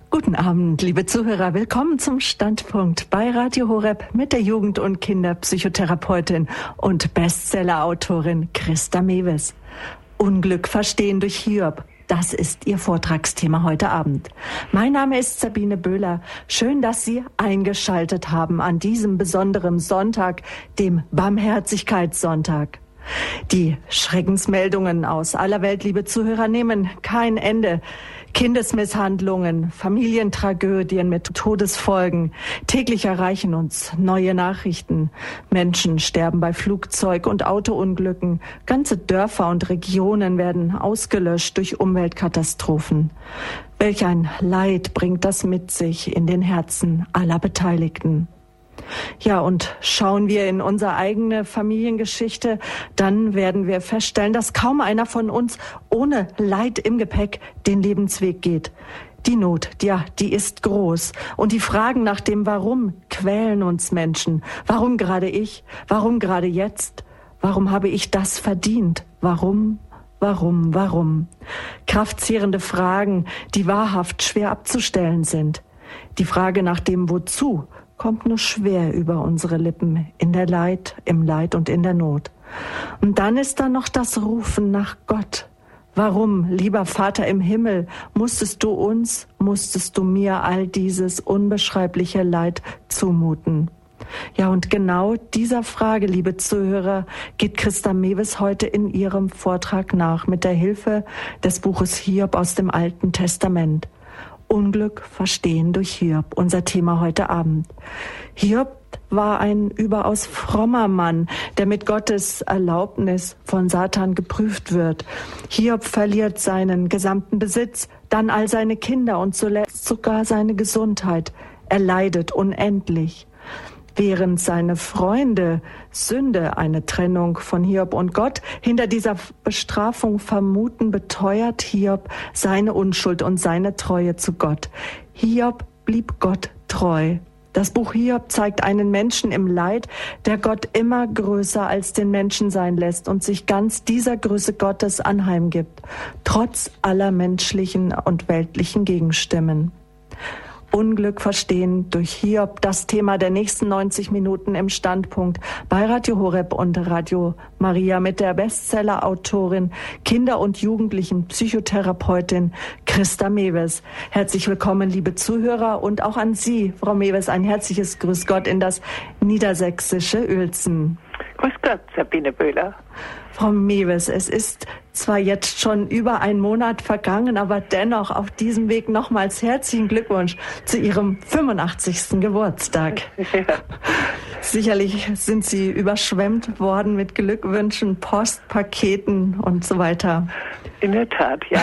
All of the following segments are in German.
Guten Abend, liebe Zuhörer. Willkommen zum Standpunkt bei Radio Horeb mit der Jugend- und Kinderpsychotherapeutin und Bestsellerautorin Christa Mewes. Unglück verstehen durch Hiob. Das ist Ihr Vortragsthema heute Abend. Mein Name ist Sabine Böhler. Schön, dass Sie eingeschaltet haben an diesem besonderen Sonntag, dem Barmherzigkeitssonntag. Die Schreckensmeldungen aus aller Welt, liebe Zuhörer, nehmen kein Ende. Kindesmisshandlungen, Familientragödien mit Todesfolgen. Täglich erreichen uns neue Nachrichten. Menschen sterben bei Flugzeug- und Autounglücken. Ganze Dörfer und Regionen werden ausgelöscht durch Umweltkatastrophen. Welch ein Leid bringt das mit sich in den Herzen aller Beteiligten. Ja, und schauen wir in unsere eigene Familiengeschichte, dann werden wir feststellen, dass kaum einer von uns ohne Leid im Gepäck den Lebensweg geht. Die Not, ja, die ist groß. Und die Fragen nach dem Warum quälen uns Menschen. Warum gerade ich? Warum gerade jetzt? Warum habe ich das verdient? Warum? Kraftzehrende Fragen, die wahrhaft schwer abzustellen sind. Die Frage nach dem Wozu kommt nur schwer über unsere Lippen, im Leid und in der Not. Und dann ist da noch das Rufen nach Gott. Warum, lieber Vater im Himmel, musstest du mir all dieses unbeschreibliche Leid zumuten? Ja, und genau dieser Frage, liebe Zuhörer, geht Christa Mewes heute in ihrem Vortrag nach mit der Hilfe des Buches Hiob aus dem Alten Testament. Unglück verstehen durch Hiob, unser Thema heute Abend. Hiob war ein überaus frommer Mann, der mit Gottes Erlaubnis von Satan geprüft wird. Hiob verliert seinen gesamten Besitz, dann all seine Kinder und zuletzt sogar seine Gesundheit. Er leidet unendlich. Während seine Freunde Sünde, eine Trennung von Hiob und Gott, hinter dieser Bestrafung vermuten, beteuert Hiob seine Unschuld und seine Treue zu Gott. Hiob blieb Gott treu. Das Buch Hiob zeigt einen Menschen im Leid, der Gott immer größer als den Menschen sein lässt und sich ganz dieser Größe Gottes anheimgibt, trotz aller menschlichen und weltlichen Gegenstimmen. Unglück verstehen durch Hiob, das Thema der nächsten 90 Minuten im Standpunkt bei Radio Horeb und Radio Maria mit der Bestseller-Autorin, Kinder- und Jugendlichen-Psychotherapeutin Christa Mewes. Herzlich willkommen, liebe Zuhörer, und auch an Sie, Frau Mewes, ein herzliches Grüß Gott in das niedersächsische Uelzen. Grüß Gott, Sabine Böhler. Frau Mewes, es ist zwar jetzt schon über einen Monat vergangen, aber dennoch auf diesem Weg nochmals herzlichen Glückwunsch zu Ihrem 85. Geburtstag. Ja. Sicherlich sind Sie überschwemmt worden mit Glückwünschen, Postpaketen und so weiter. In der Tat, ja.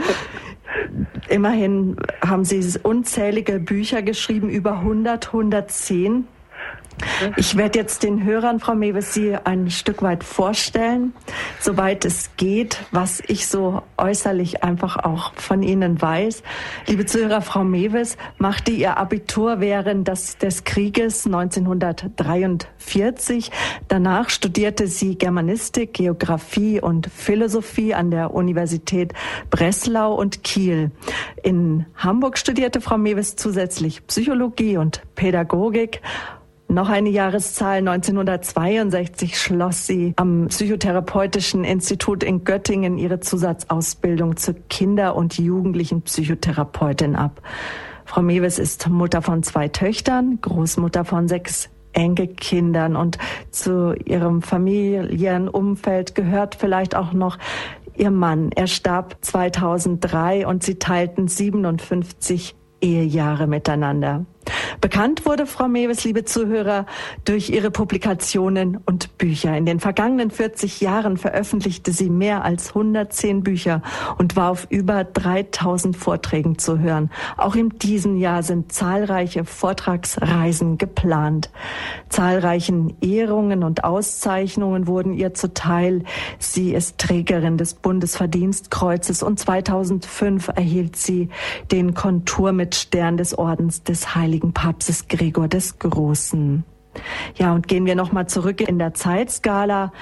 Immerhin haben Sie unzählige Bücher geschrieben, über 110. Ich werde jetzt den Hörern, Frau Mewes, Sie ein Stück weit vorstellen, soweit es geht, was ich so äußerlich einfach auch von Ihnen weiß. Liebe Zuhörer, Frau Mewes machte ihr Abitur während des Krieges 1943. Danach studierte sie Germanistik, Geografie und Philosophie an der Universität Breslau und Kiel. In Hamburg studierte Frau Mewes zusätzlich Psychologie und Pädagogik. Noch eine Jahreszahl, 1962 schloss sie am Psychotherapeutischen Institut in Göttingen ihre Zusatzausbildung zur Kinder- und Jugendlichen-Psychotherapeutin ab. Frau Mewes ist Mutter von 2 Töchtern, Großmutter von 6 Enkelkindern, und zu ihrem Familienumfeld gehört vielleicht auch noch ihr Mann. Er starb 2003 und sie teilten 57 Ehejahre miteinander. Bekannt wurde Frau Mewes, liebe Zuhörer, durch ihre Publikationen und Bücher. In den vergangenen 40 Jahren veröffentlichte sie mehr als 110 Bücher und war auf über 3000 Vorträgen zu hören. Auch in diesem Jahr sind zahlreiche Vortragsreisen geplant. Zahlreichen Ehrungen und Auszeichnungen wurden ihr zuteil. Sie ist Trägerin des Bundesverdienstkreuzes und 2005 erhielt sie den Kontur mit Stern des Ordens des Heiligen Papstes Gregor des Großen. Ja, und gehen wir nochmal zurück in der Zeitskala.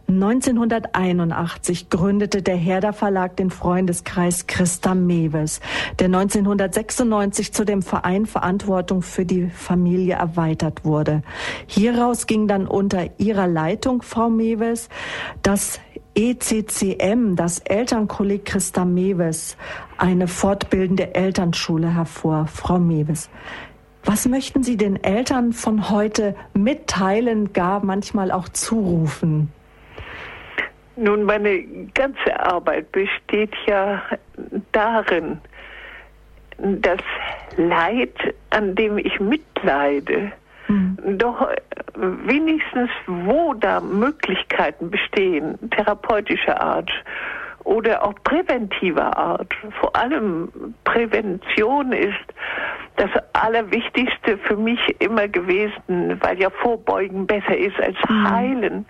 1981 gründete der Herder Verlag den Freundeskreis Christa Mewes, der 1996 zu dem Verein Verantwortung für die Familie erweitert wurde. Hieraus ging dann unter ihrer Leitung, Frau Mewes, das ECCM, das Elternkolleg Christa Mewes, eine fortbildende Elternschule hervor. Frau Mewes, was möchten Sie den Eltern von heute mitteilen, gar manchmal auch zurufen? Nun, meine ganze Arbeit besteht ja darin, das Leid, an dem ich mitleide, doch wenigstens, wo da Möglichkeiten bestehen, therapeutischer Art oder auch präventiver Art, vor allem Prävention ist das Allerwichtigste für mich immer gewesen, weil ja Vorbeugen besser ist als Heilen.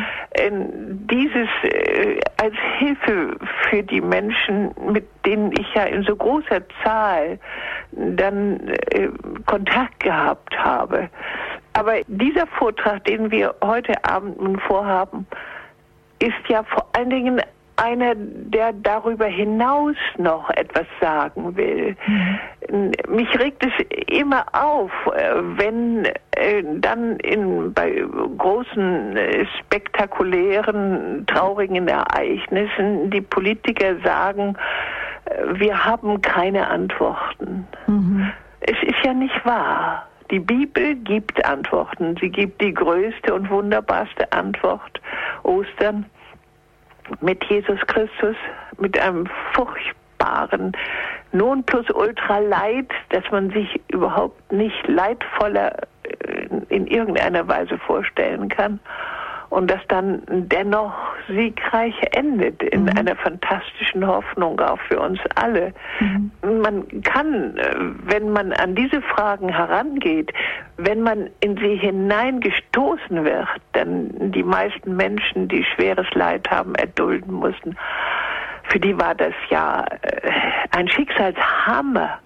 Dieses als Hilfe für die Menschen, mit denen ich ja in so großer Zahl dann Kontakt gehabt habe. Aber dieser Vortrag, den wir heute Abend nun vorhaben, ist ja vor allen Dingen einer, der darüber hinaus noch etwas sagen will. Mich regt es immer auf, wenn dann bei großen, spektakulären, traurigen Ereignissen die Politiker sagen, wir haben keine Antworten. Es ist ja nicht wahr. Die Bibel gibt Antworten. Sie gibt die größte und wunderbarste Antwort, Ostern, mit Jesus Christus, mit einem furchtbaren Nonplusultra-Leid, dass man sich überhaupt nicht leidvoller in irgendeiner Weise vorstellen kann. Und das dann dennoch siegreich endet in einer fantastischen Hoffnung, auch für uns alle. Man kann, wenn man an diese Fragen herangeht, wenn man in sie hineingestoßen wird, dann die meisten Menschen, die schweres Leid haben, erdulden mussten, für die war das ja ein Schicksalshammer.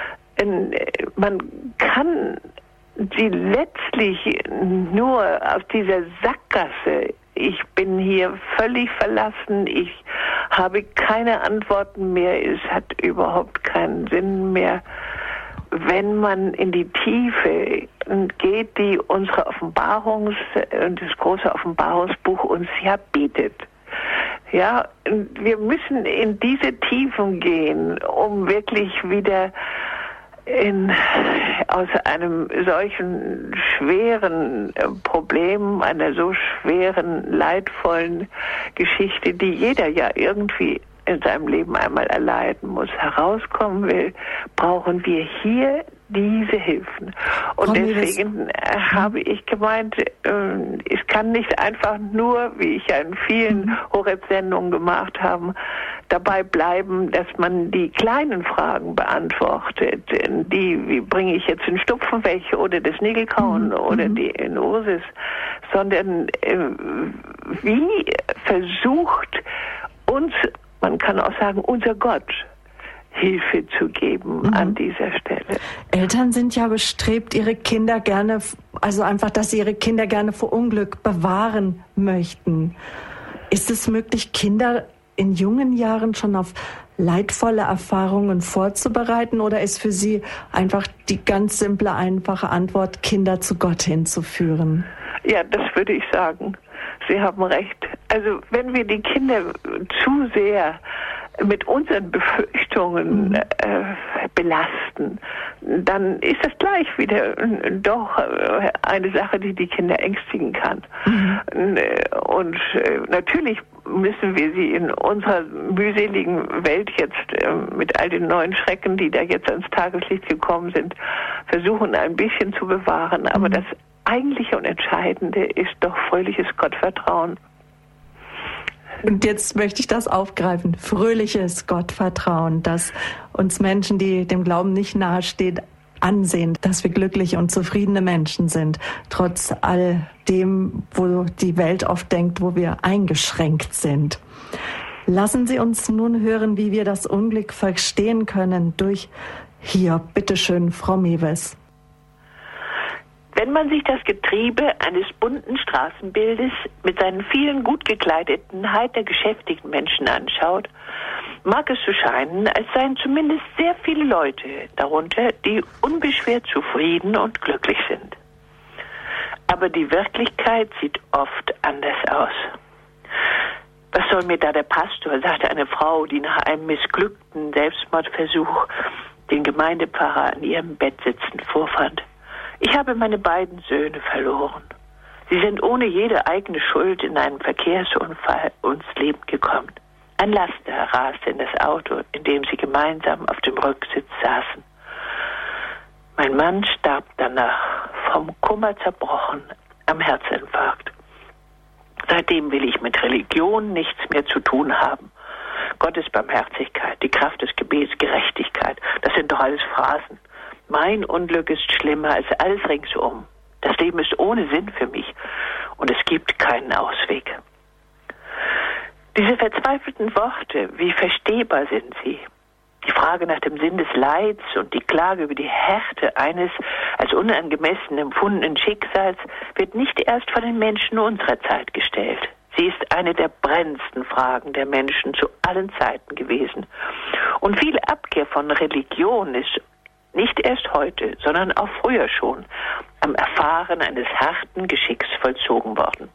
Man kann sie letztlich nur aus dieser Sackgasse, ich bin hier völlig verlassen, ich habe keine Antworten mehr, es hat überhaupt keinen Sinn mehr, wenn man in die Tiefe geht, die unsere das große Offenbarungsbuch uns ja bietet. Ja, wir müssen in diese Tiefen gehen, um wirklich wieder aus einem solchen schweren Problem, einer so schweren, leidvollen Geschichte, die jeder ja irgendwie in seinem Leben einmal erleiden muss, herauskommen will, brauchen wir hier diese Hilfen. Und deswegen habe ich gemeint, es kann nicht einfach nur, wie ich ja in vielen Horeb-Sendungen gemacht habe, dabei bleiben, dass man die kleinen Fragen beantwortet, wie bringe ich jetzt den Stupfen weg oder das Nägelkauen oder die Enosis, sondern wie versucht uns, man kann auch sagen, unser Gott Hilfe zu geben an dieser Stelle. Eltern sind ja bestrebt, ihre Kinder gerne, also einfach, dass sie ihre Kinder gerne vor Unglück bewahren möchten. Ist es möglich, Kinder in jungen Jahren schon auf leidvolle Erfahrungen vorzubereiten, oder ist für Sie einfach die ganz simple, einfache Antwort, Kinder zu Gott hinzuführen? Ja, das würde ich sagen. Sie haben recht. Also wenn wir die Kinder zu sehr mit unseren Befürchtungen belasten, dann ist das gleich wieder doch eine Sache, die die Kinder ängstigen kann. Und natürlich müssen wir sie in unserer mühseligen Welt jetzt mit all den neuen Schrecken, die da jetzt ans Tageslicht gekommen sind, versuchen ein bisschen zu bewahren. Aber das Eigentliche und Entscheidende ist doch fröhliches Gottvertrauen. Und jetzt möchte ich das aufgreifen. Fröhliches Gottvertrauen, das uns Menschen, die dem Glauben nicht nahestehen, ansehen, dass wir glückliche und zufriedene Menschen sind, trotz all dem, wo die Welt oft denkt, wo wir eingeschränkt sind. Lassen Sie uns nun hören, wie wir das Unglück verstehen können durch Hiob. Bitte schön, Frau Mewes. Wenn man sich das Getriebe eines bunten Straßenbildes mit seinen vielen gut gekleideten, heiter geschäftigten Menschen anschaut, mag es so scheinen, als seien zumindest sehr viele Leute darunter, die unbeschwert zufrieden und glücklich sind. Aber die Wirklichkeit sieht oft anders aus. Was soll mir da der Pastor, sagte eine Frau, die nach einem missglückten Selbstmordversuch den Gemeindepfarrer an ihrem Bett sitzend vorfand. Ich habe meine beiden Söhne verloren. Sie sind ohne jede eigene Schuld in einem Verkehrsunfall ums Leben gekommen. Ein Laster raste in das Auto, in dem sie gemeinsam auf dem Rücksitz saßen. Mein Mann starb danach, vom Kummer zerbrochen, am Herzinfarkt. Seitdem will ich mit Religion nichts mehr zu tun haben. Gottes Barmherzigkeit, die Kraft des Gebets, Gerechtigkeit, das sind doch alles Phrasen. Mein Unglück ist schlimmer als alles ringsum. Das Leben ist ohne Sinn für mich und es gibt keinen Ausweg. Diese verzweifelten Worte, wie verstehbar sind sie? Die Frage nach dem Sinn des Leids und die Klage über die Härte eines als unangemessen empfundenen Schicksals wird nicht erst von den Menschen unserer Zeit gestellt. Sie ist eine der brennendsten Fragen der Menschen zu allen Zeiten gewesen. Und viel Abkehr von Religion ist nicht erst heute, sondern auch früher schon am Erfahren eines harten Geschicks vollzogen worden.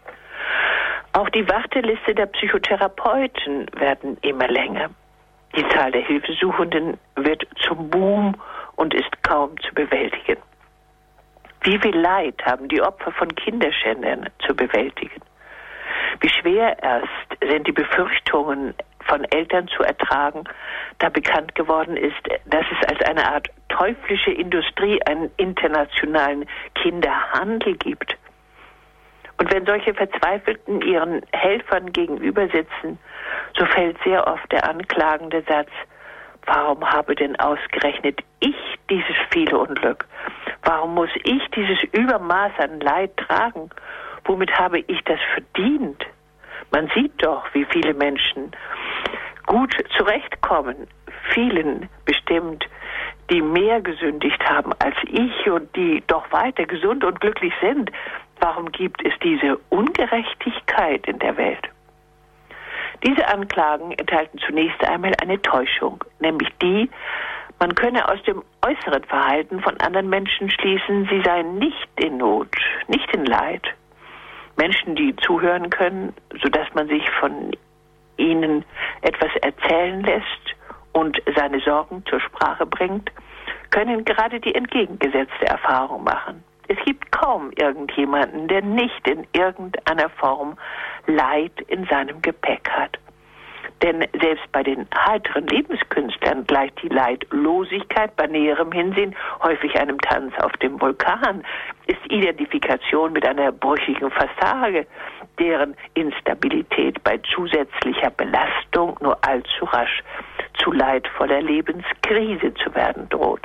Auch die Warteliste der Psychotherapeuten werden immer länger. Die Zahl der Hilfesuchenden wird zum Boom und ist kaum zu bewältigen. Wie viel Leid haben die Opfer von Kinderschändern zu bewältigen? Wie schwer erst sind die Befürchtungen von Eltern zu ertragen, da bekannt geworden ist, dass es als eine Art teuflische Industrie einen internationalen Kinderhandel gibt. Und wenn solche Verzweifelten ihren Helfern gegenüber sitzen, so fällt sehr oft der anklagende Satz: Warum habe denn ausgerechnet ich dieses viele Unglück? Warum muss ich dieses Übermaß an Leid tragen? Womit habe ich das verdient? Man sieht doch, wie viele Menschen gut zurechtkommen, vielen bestimmt, die mehr gesündigt haben als ich und die doch weiter gesund und glücklich sind. Warum gibt es diese Ungerechtigkeit in der Welt? Diese Anklagen enthalten zunächst einmal eine Täuschung, nämlich die, man könne aus dem äußeren Verhalten von anderen Menschen schließen, sie seien nicht in Not, nicht in Leid. Menschen, die zuhören können, sodass man sich von ihnen etwas erzählen lässt und seine Sorgen zur Sprache bringt, können gerade die entgegengesetzte Erfahrung machen. Es gibt kaum irgendjemanden, der nicht in irgendeiner Form Leid in seinem Gepäck hat. Denn selbst bei den heiteren Lebenskünstlern gleicht die Leidlosigkeit bei näherem Hinsehen häufig einem Tanz auf dem Vulkan, ist Identifikation mit einer brüchigen Fassade, deren Instabilität bei zusätzlicher Belastung nur allzu rasch zu leidvoller Lebenskrise zu werden droht.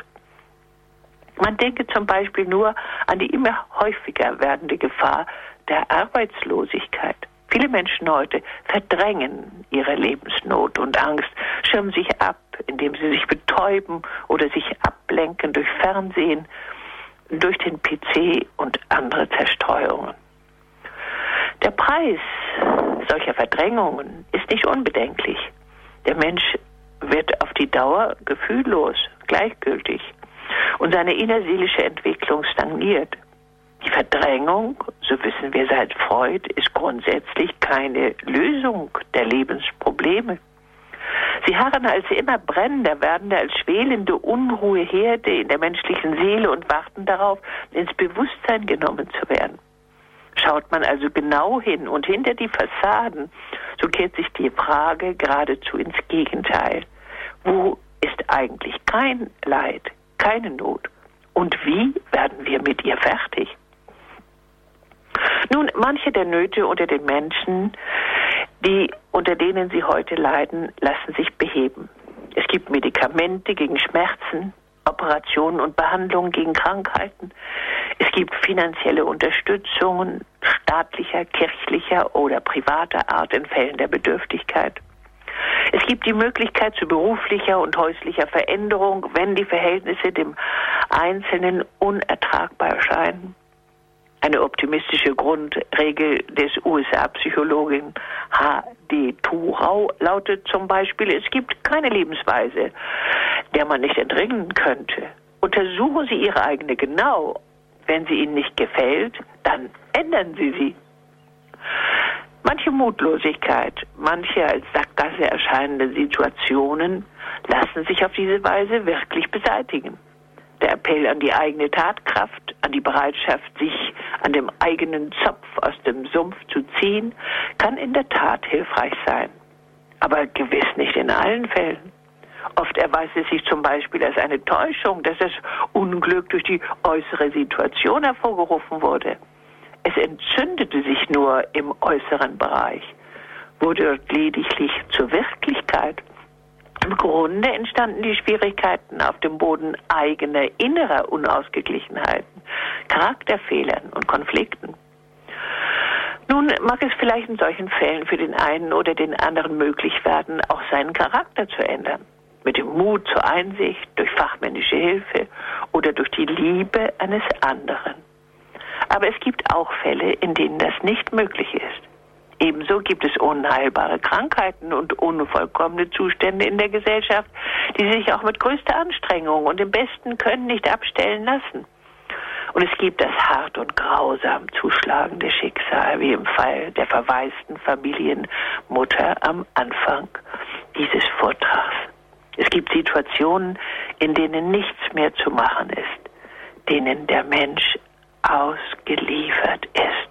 Man denke zum Beispiel nur an die immer häufiger werdende Gefahr der Arbeitslosigkeit. Viele Menschen heute verdrängen ihre Lebensnot und Angst, schirmen sich ab, indem sie sich betäuben oder sich ablenken durch Fernsehen, durch den PC und andere Zerstreuungen. Der Preis solcher Verdrängungen ist nicht unbedenklich. Der Mensch wird auf die Dauer gefühllos, gleichgültig und seine innerseelische Entwicklung stagniert. Die Verdrängung, so wissen wir seit Freud, ist grundsätzlich keine Lösung der Lebensprobleme. Sie harren als immer brennender werdende, als schwelende Unruheherde in der menschlichen Seele und warten darauf, ins Bewusstsein genommen zu werden. Schaut man also genau hin und hinter die Fassaden, so kehrt sich die Frage geradezu ins Gegenteil. Wo ist eigentlich kein Leid, keine Not? Und wie werden wir mit ihr fertig? Nun, manche der Nöte unter den Menschen, unter denen sie heute leiden, lassen sich beheben. Es gibt Medikamente gegen Schmerzen, Operationen und Behandlungen gegen Krankheiten. Es gibt finanzielle Unterstützungen staatlicher, kirchlicher oder privater Art in Fällen der Bedürftigkeit. Es gibt die Möglichkeit zu beruflicher und häuslicher Veränderung, wenn die Verhältnisse dem Einzelnen unertragbar erscheinen. Eine optimistische Grundregel des USA-Psychologen H.D. Thurau lautet zum Beispiel: Es gibt keine Lebensweise, der man nicht entrinnen könnte. Untersuchen Sie Ihre eigene genau. Wenn sie Ihnen nicht gefällt, dann ändern Sie sie. Manche Mutlosigkeit, manche als Sackgasse erscheinende Situationen lassen sich auf diese Weise wirklich beseitigen. Der Appell an die eigene Tatkraft, an die Bereitschaft, sich an dem eigenen Zopf aus dem Sumpf zu ziehen, kann in der Tat hilfreich sein. Aber gewiss nicht in allen Fällen. Oft erweist es sich zum Beispiel als eine Täuschung, dass das Unglück durch die äußere Situation hervorgerufen wurde. Es entzündete sich nur im äußeren Bereich, wurde lediglich zur Wirklichkeit. Im Grunde entstanden die Schwierigkeiten auf dem Boden eigener innerer Unausgeglichenheiten, Charakterfehlern und Konflikten. Nun mag es vielleicht in solchen Fällen für den einen oder den anderen möglich werden, auch seinen Charakter zu ändern. Mit dem Mut zur Einsicht, durch fachmännische Hilfe oder durch die Liebe eines anderen. Aber es gibt auch Fälle, in denen das nicht möglich ist. Ebenso gibt es unheilbare Krankheiten und unvollkommene Zustände in der Gesellschaft, die sich auch mit größter Anstrengung und dem besten Können nicht abstellen lassen. Und es gibt das hart und grausam zuschlagende Schicksal, wie im Fall der verwaisten Familienmutter am Anfang dieses Vortrags. Es gibt Situationen, in denen nichts mehr zu machen ist, denen der Mensch ausgeliefert ist.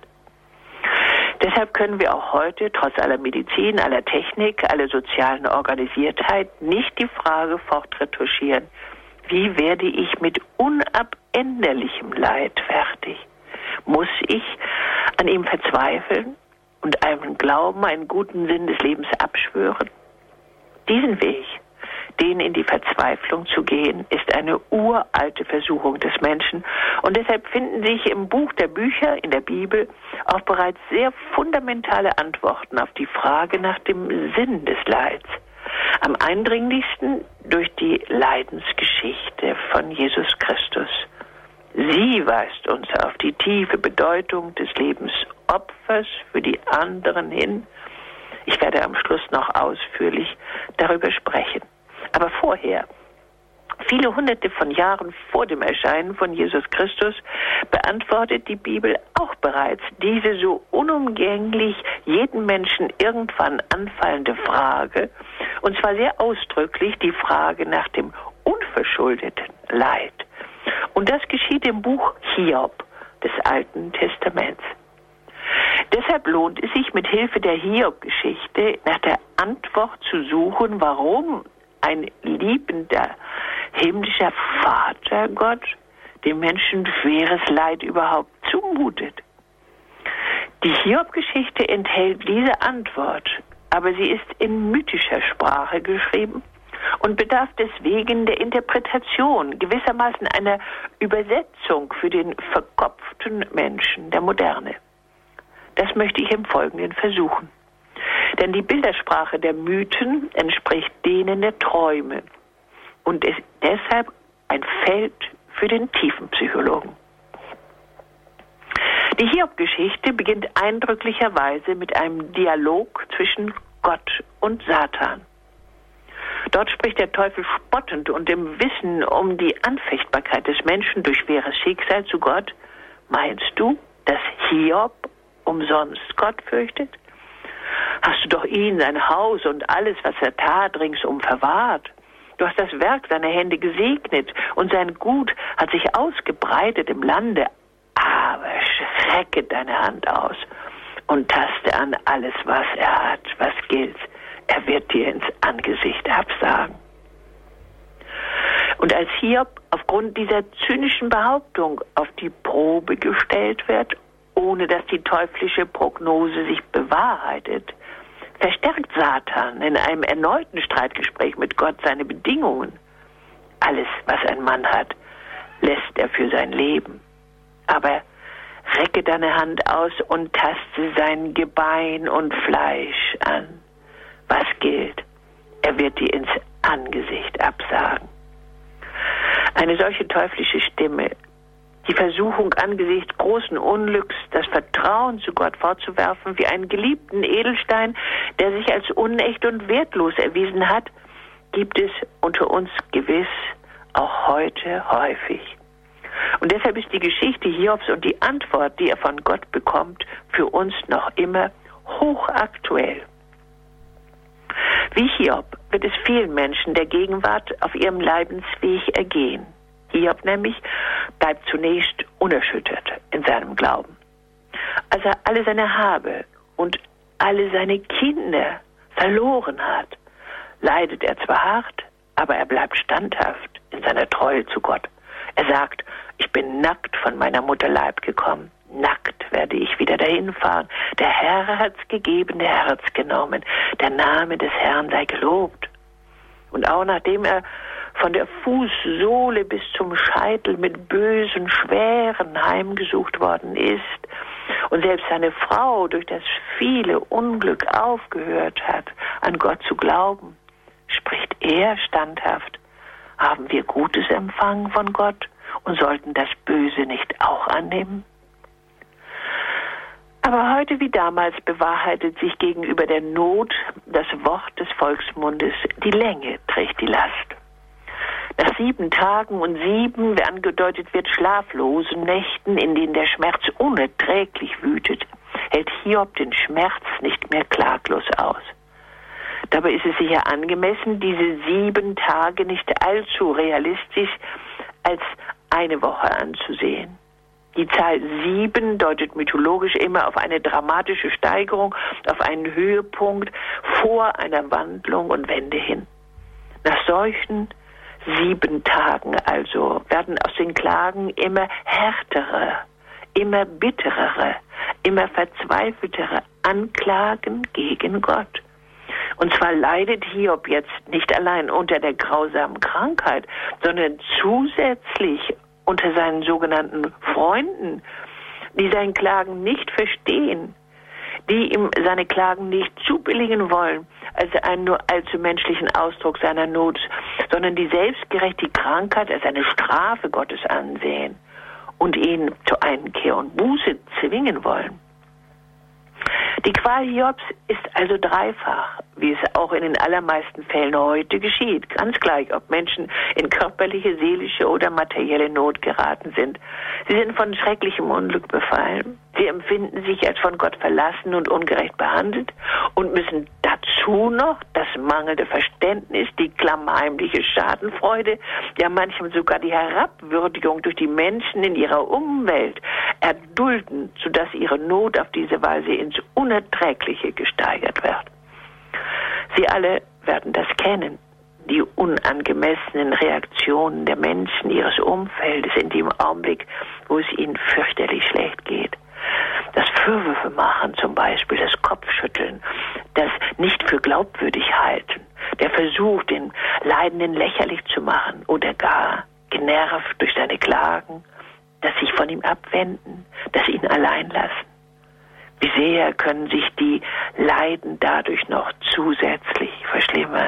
Deshalb können wir auch heute, trotz aller Medizin, aller Technik, aller sozialen Organisiertheit, nicht die Frage fortretuschieren: Wie werde ich mit unabänderlichem Leid fertig? Muss ich an ihm verzweifeln und einem Glauben einen guten Sinn des Lebens abschwören? Diesen Weg, den in die Verzweiflung zu gehen, ist eine uralte Versuchung des Menschen. Und deshalb finden sich im Buch der Bücher, in der Bibel, auch bereits sehr fundamentale Antworten auf die Frage nach dem Sinn des Leids. Am eindringlichsten durch die Leidensgeschichte von Jesus Christus. Sie weist uns auf die tiefe Bedeutung des Lebensopfers für die anderen hin. Ich werde am Schluss noch ausführlich darüber sprechen. Aber vorher, viele hunderte von Jahren vor dem Erscheinen von Jesus Christus, beantwortet die Bibel auch bereits diese so unumgänglich jeden Menschen irgendwann anfallende Frage, und zwar sehr ausdrücklich die Frage nach dem unverschuldeten Leid. Und das geschieht im Buch Hiob des Alten Testaments. Deshalb lohnt es sich, mit Hilfe der Hiob-Geschichte nach der Antwort zu suchen, warum ein liebender himmlischer Vater Gott dem Menschen schweres Leid überhaupt zumutet. Die Hiob-Geschichte enthält diese Antwort, aber sie ist in mythischer Sprache geschrieben und bedarf deswegen der Interpretation, gewissermaßen einer Übersetzung für den verkopften Menschen der Moderne. Das möchte ich im Folgenden versuchen. Denn die Bildersprache der Mythen entspricht denen der Träume und ist deshalb ein Feld für den Tiefenpsychologen. Die Hiob-Geschichte beginnt eindrücklicherweise mit einem Dialog zwischen Gott und Satan. Dort spricht der Teufel spottend und im Wissen um die Anfechtbarkeit des Menschen durch schweres Schicksal zu Gott: Meinst du, dass Hiob umsonst Gott fürchtet? Hast du doch ihn, sein Haus und alles, was er tat, ringsum verwahrt. Du hast das Werk seiner Hände gesegnet und sein Gut hat sich ausgebreitet im Lande. Aber strecke deine Hand aus und taste an alles, was er hat, was gilt. Er wird dir ins Angesicht absagen. Und als Hiob aufgrund dieser zynischen Behauptung auf die Probe gestellt wird, ohne dass die teuflische Prognose sich bewahrheitet, verstärkt Satan in einem erneuten Streitgespräch mit Gott seine Bedingungen. Alles, was ein Mann hat, lässt er für sein Leben. Aber recke deine Hand aus und taste sein Gebein und Fleisch an. Was gilt? Er wird dir ins Angesicht absagen. Eine solche teuflische Stimme, die Versuchung angesichts großen Unglücks, das Vertrauen zu Gott vorzuwerfen, wie einen geliebten Edelstein, der sich als unecht und wertlos erwiesen hat, gibt es unter uns gewiss auch heute häufig. Und deshalb ist die Geschichte Hiobs und die Antwort, die er von Gott bekommt, für uns noch immer hochaktuell. Wie Hiob wird es vielen Menschen der Gegenwart auf ihrem Leidensweg ergehen. Hiob nämlich bleibt zunächst unerschüttert in seinem Glauben. Als er alle seine Habe und alle seine Kinder verloren hat, leidet er zwar hart, aber er bleibt standhaft in seiner Treue zu Gott. Er sagt, ich bin nackt von meiner Mutter Leib gekommen. Nackt werde ich wieder dahin fahren. Der Herr hat's gegeben, der Herr hat's genommen. Der Name des Herrn sei gelobt. Und auch nachdem er von der Fußsohle bis zum Scheitel mit bösen, schweren heimgesucht worden ist und selbst seine Frau durch das viele Unglück aufgehört hat, an Gott zu glauben, spricht er standhaft, haben wir Gutes empfangen von Gott und sollten das Böse nicht auch annehmen? Aber heute wie damals bewahrheitet sich gegenüber der Not das Wort des Volksmundes, die Länge trägt die Last. Nach 7 Tagen und 7, wie angedeutet wird, schlaflosen Nächten, in denen der Schmerz unerträglich wütet, hält Hiob den Schmerz nicht mehr klaglos aus. Dabei ist es sicher angemessen, diese 7 Tage nicht allzu realistisch als eine Woche anzusehen. Die Zahl 7 deutet mythologisch immer auf eine dramatische Steigerung, auf einen Höhepunkt vor einer Wandlung und Wende hin. Nach solchen 7 Tagen also werden aus den Klagen immer härtere, immer bitterere, immer verzweifeltere Anklagen gegen Gott. Und zwar leidet Hiob jetzt nicht allein unter der grausamen Krankheit, sondern zusätzlich unter seinen sogenannten Freunden, die seine Klagen nicht verstehen, die ihm seine Klagen nicht zubilligen wollen als einen nur allzu menschlichen Ausdruck seiner Not, sondern die selbstgerecht die Krankheit als eine Strafe Gottes ansehen und ihn zur Einkehr und Buße zwingen wollen. Die Qual Hiobs ist also dreifach, wie es auch in den allermeisten Fällen heute geschieht. Ganz gleich, ob Menschen in körperliche, seelische oder materielle Not geraten sind. Sie sind von schrecklichem Unglück befallen. Sie empfinden sich als von Gott verlassen und ungerecht behandelt und müssen dazu noch das mangelnde Verständnis, die klammheimliche Schadenfreude, ja manchem sogar die Herabwürdigung durch die Menschen in ihrer Umwelt erdulden, sodass ihre Not auf diese Weise ins Unerträgliche gesteigert wird. Sie alle werden das kennen, die unangemessenen Reaktionen der Menschen ihres Umfeldes in dem Augenblick, wo es ihnen fürchterlich schlecht geht. Das Vorwürfe machen zum Beispiel, das Kopfschütteln, das nicht für glaubwürdig halten, der Versuch, den Leidenden lächerlich zu machen oder gar genervt durch seine Klagen, das sich von ihm abwenden, das ihn allein lassen. Wie sehr können sich die Leiden dadurch noch zusätzlich verschlimmern?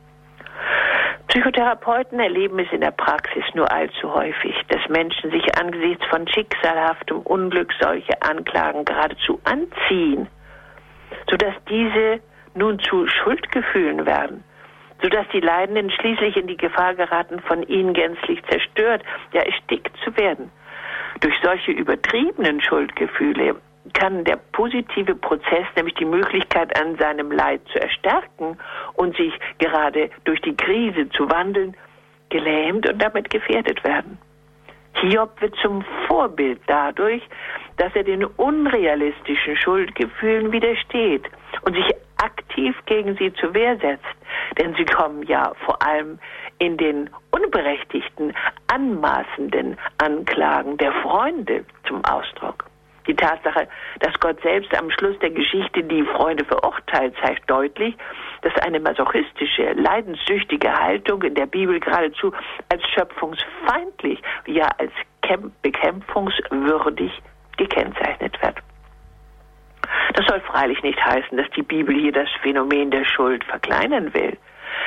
Psychotherapeuten erleben es in der Praxis nur allzu häufig, dass Menschen sich angesichts von schicksalhaftem Unglück solche Anklagen geradezu anziehen, sodass diese nun zu Schuldgefühlen werden, sodass die Leidenden schließlich in die Gefahr geraten, von ihnen gänzlich zerstört, ja erstickt zu werden. Durch solche übertriebenen Schuldgefühle kann der positive Prozess, nämlich die Möglichkeit, an seinem Leid zu erstärken und sich gerade durch die Krise zu wandeln, gelähmt und damit gefährdet werden. Hiob wird zum Vorbild dadurch, dass er den unrealistischen Schuldgefühlen widersteht und sich aktiv gegen sie zur Wehr setzt. Denn sie kommen ja vor allem in den unberechtigten, anmaßenden Anklagen der Freunde zum Ausdruck. Die Tatsache, dass Gott selbst am Schluss der Geschichte die Freunde verurteilt, zeigt deutlich, dass eine masochistische, leidenssüchtige Haltung in der Bibel geradezu als schöpfungsfeindlich, ja als bekämpfungswürdig gekennzeichnet wird. Das soll freilich nicht heißen, dass die Bibel hier das Phänomen der Schuld verkleinern will.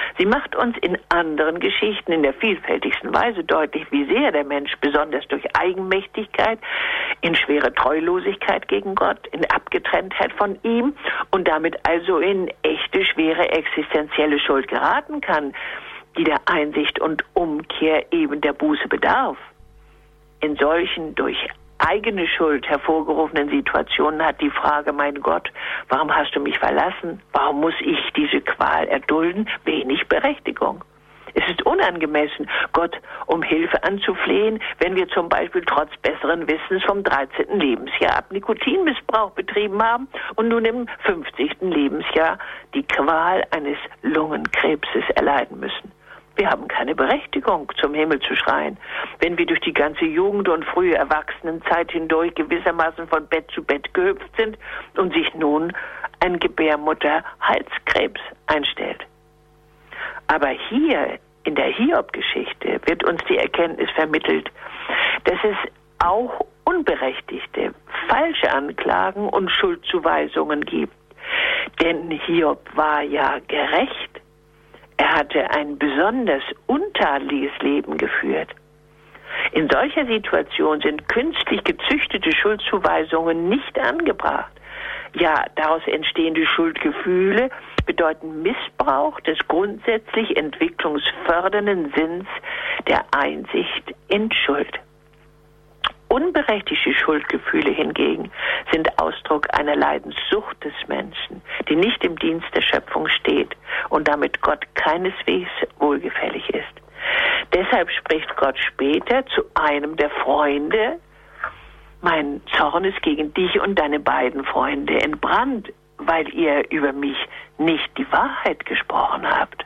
Sie macht uns in anderen Geschichten in der vielfältigsten Weise deutlich, wie sehr der Mensch besonders durch Eigenmächtigkeit, in schwere Treulosigkeit gegen Gott, in Abgetrenntheit von ihm und damit also in echte, schwere existenzielle Schuld geraten kann, die der Einsicht und Umkehr eben der Buße bedarf. In solchen durch eigene Schuld hervorgerufenen Situationen hat die Frage, mein Gott, warum hast du mich verlassen? Warum muss ich diese Qual erdulden? Wenig Berechtigung. Es ist unangemessen, Gott um Hilfe anzuflehen, wenn wir zum Beispiel trotz besseren Wissens vom 13. Lebensjahr ab Nikotinmissbrauch betrieben haben und nun im 50. Lebensjahr die Qual eines Lungenkrebses erleiden müssen. Wir haben keine Berechtigung, zum Himmel zu schreien, wenn wir durch die ganze Jugend und frühe Erwachsenenzeit hindurch gewissermaßen von Bett zu Bett gehüpft sind und sich nun ein Gebärmutter-Halskrebs einstellt. Aber hier in der Hiob-Geschichte wird uns die Erkenntnis vermittelt, dass es auch unberechtigte, falsche Anklagen und Schuldzuweisungen gibt. Denn Hiob war ja gerecht. Er hatte ein besonders untadeliges Leben geführt. In solcher Situation sind künstlich gezüchtete Schuldzuweisungen nicht angebracht. Ja, daraus entstehende Schuldgefühle bedeuten Missbrauch des grundsätzlich entwicklungsfördernden Sinns der Einsicht in Schuld. Unberechtigte Schuldgefühle hingegen sind Ausdruck einer Leidenssucht des Menschen, die nicht im Dienst der Schöpfung steht und damit Gott keineswegs wohlgefällig ist. Deshalb spricht Gott später zu einem der Freunde: Mein Zorn ist gegen dich und deine beiden Freunde entbrannt, weil ihr über mich nicht die Wahrheit gesprochen habt.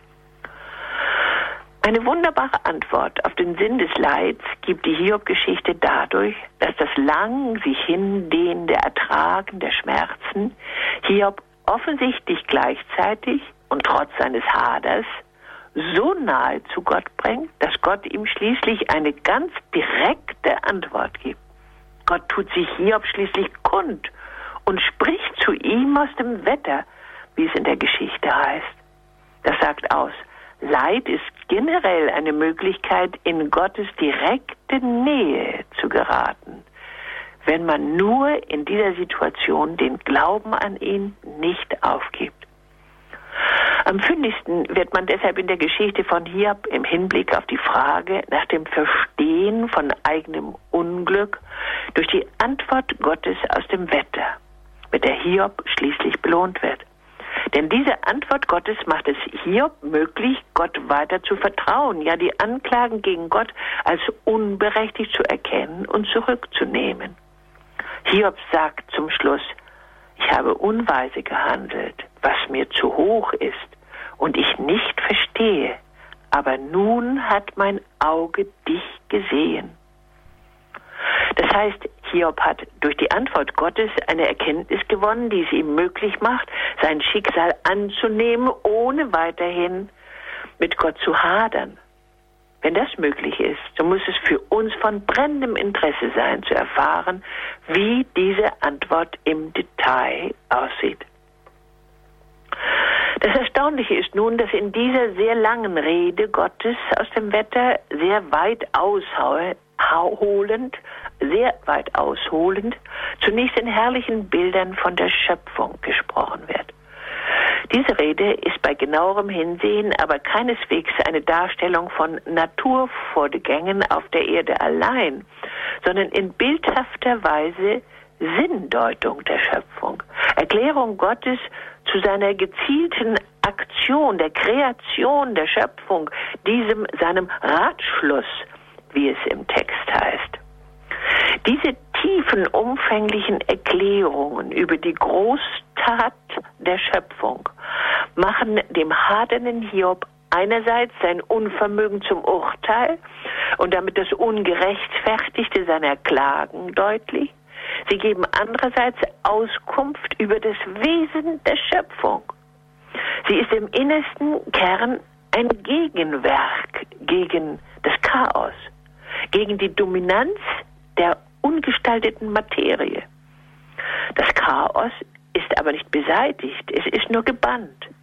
Eine wunderbare Antwort auf den Sinn des Leids gibt die Hiob-Geschichte dadurch, dass das lang sich hindehnende Ertragen der Schmerzen Hiob offensichtlich gleichzeitig und trotz seines Haders so nahe zu Gott bringt, dass Gott ihm schließlich eine ganz direkte Antwort gibt. Gott tut sich Hiob schließlich kund und spricht zu ihm aus dem Wetter, wie es in der Geschichte heißt. Das sagt aus: Leid ist generell eine Möglichkeit, in Gottes direkte Nähe zu geraten, wenn man nur in dieser Situation den Glauben an ihn nicht aufgibt. Am fündigsten wird man deshalb in der Geschichte von Hiob im Hinblick auf die Frage nach dem Verstehen von eigenem Unglück durch die Antwort Gottes aus dem Wetter, mit der Hiob schließlich belohnt wird. Denn diese Antwort Gottes macht es Hiob möglich, Gott weiter zu vertrauen, ja die Anklagen gegen Gott als unberechtigt zu erkennen und zurückzunehmen. Hiob sagt zum Schluss: Ich habe unweise gehandelt, was mir zu hoch ist und ich nicht verstehe, aber nun hat mein Auge dich gesehen. Das heißt, Hiob hat durch die Antwort Gottes eine Erkenntnis gewonnen, die es ihm möglich macht, sein Schicksal anzunehmen, ohne weiterhin mit Gott zu hadern. Wenn das möglich ist, so muss es für uns von brennendem Interesse sein, zu erfahren, wie diese Antwort im Detail aussieht. Das Erstaunliche ist nun, dass in dieser sehr langen Rede Gottes aus dem Wetter sehr weit ausholend, zunächst in herrlichen Bildern von der Schöpfung gesprochen wird. Diese Rede ist bei genauerem Hinsehen aber keineswegs eine Darstellung von Naturvorgängen auf der Erde allein, sondern in bildhafter Weise Sinndeutung der Schöpfung, Erklärung Gottes zu seiner gezielten Aktion, der Kreation der Schöpfung, seinem Ratschluss, wie es im Text heißt. Diese tiefen, umfänglichen Erklärungen über die Großtat der Schöpfung machen dem hadernden Hiob einerseits sein Unvermögen zum Urteil und damit das Ungerechtfertigte seiner Klagen deutlich. Sie geben andererseits Auskunft über das Wesen der Schöpfung. Sie ist im innersten Kern ein Gegenwerk gegen das Chaos, gegen die Dominanz der ungestalteten Materie. Das Chaos ist aber nicht beseitigt, es ist nur gebannt.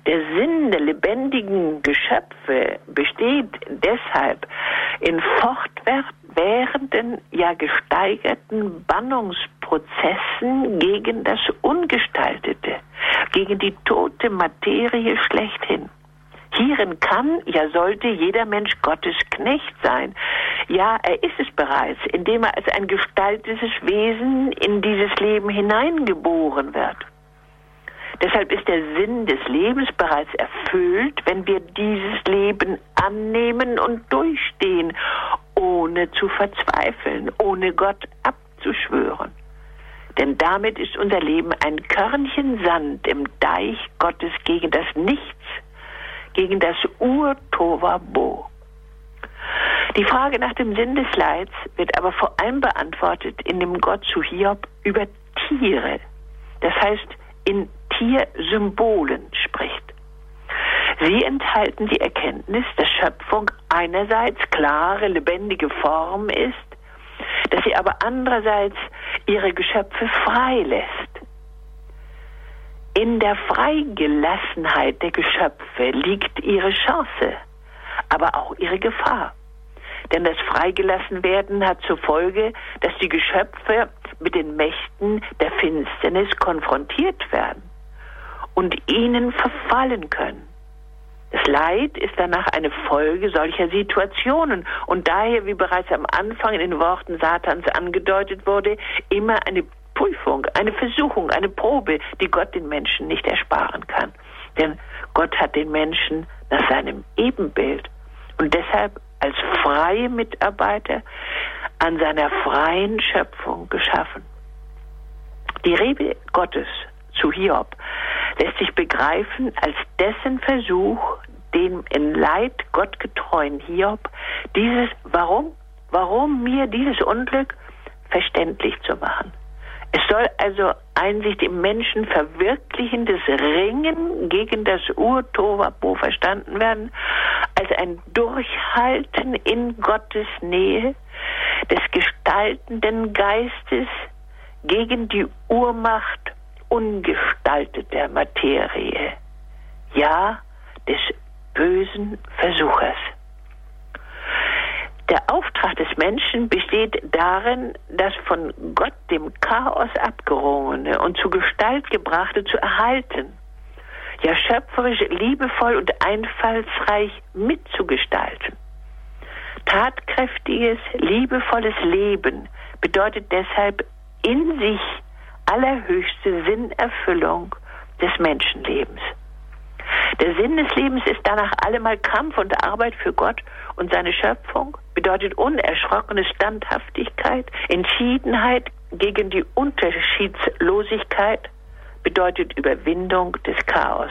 Der Sinn der lebendigen Geschöpfe besteht deshalb in fortwährenden, ja gesteigerten Bannungsprozessen gegen das Ungestaltete, gegen die tote Materie schlechthin. Hierin kann, ja sollte jeder Mensch Gottes Knecht sein. Ja, er ist es bereits, indem er als ein gestaltetes Wesen in dieses Leben hineingeboren wird. Deshalb ist der Sinn des Lebens bereits erfüllt, wenn wir dieses Leben annehmen und durchstehen, ohne zu verzweifeln, ohne Gott abzuschwören. Denn damit ist unser Leben ein Körnchen Sand im Deich Gottes gegen das Nichts, gegen das Ur-Tovabo. Die Frage nach dem Sinn des Leids wird aber vor allem beantwortet, indem Gott zu Hiob über Tiere, das heißt in Tiersymbolen spricht. Sie enthalten die Erkenntnis, dass Schöpfung einerseits klare, lebendige Form ist, dass sie aber andererseits ihre Geschöpfe frei lässt. In der Freigelassenheit der Geschöpfe liegt ihre Chance, aber auch ihre Gefahr. Denn das Freigelassenwerden hat zur Folge, dass die Geschöpfe mit den Mächten der Finsternis konfrontiert werden und ihnen verfallen können. Das Leid ist danach eine Folge solcher Situationen und daher, wie bereits am Anfang in den Worten Satans angedeutet wurde, immer eine Prüfung, eine Versuchung, eine Probe, die Gott den Menschen nicht ersparen kann. Denn Gott hat den Menschen nach seinem Ebenbild und deshalb als freie Mitarbeiter an seiner freien Schöpfung geschaffen. Die Rede Gottes zu Hiob lässt sich begreifen als dessen Versuch, dem in Leid gottgetreuen Hiob dieses warum mir dieses Unglück verständlich zu machen. Es soll also Einsicht im Menschen verwirklichendes Ringen gegen das Ur-Tovabo verstanden werden, als ein Durchhalten in Gottes Nähe des gestaltenden Geistes gegen die Urmacht ungestalteter Materie, ja, des bösen Versuchers. Der Auftrag des Menschen besteht darin, das von Gott dem Chaos abgerungene und zur Gestalt gebrachte zu erhalten, ja schöpferisch, liebevoll und einfallsreich mitzugestalten. Tatkräftiges, liebevolles Leben bedeutet deshalb in sich allerhöchste Sinnerfüllung des Menschenlebens. Der Sinn des Lebens ist danach allemal Kampf und Arbeit für Gott und seine Schöpfung, bedeutet unerschrockene Standhaftigkeit, Entschiedenheit gegen die Unterschiedslosigkeit, bedeutet Überwindung des Chaos.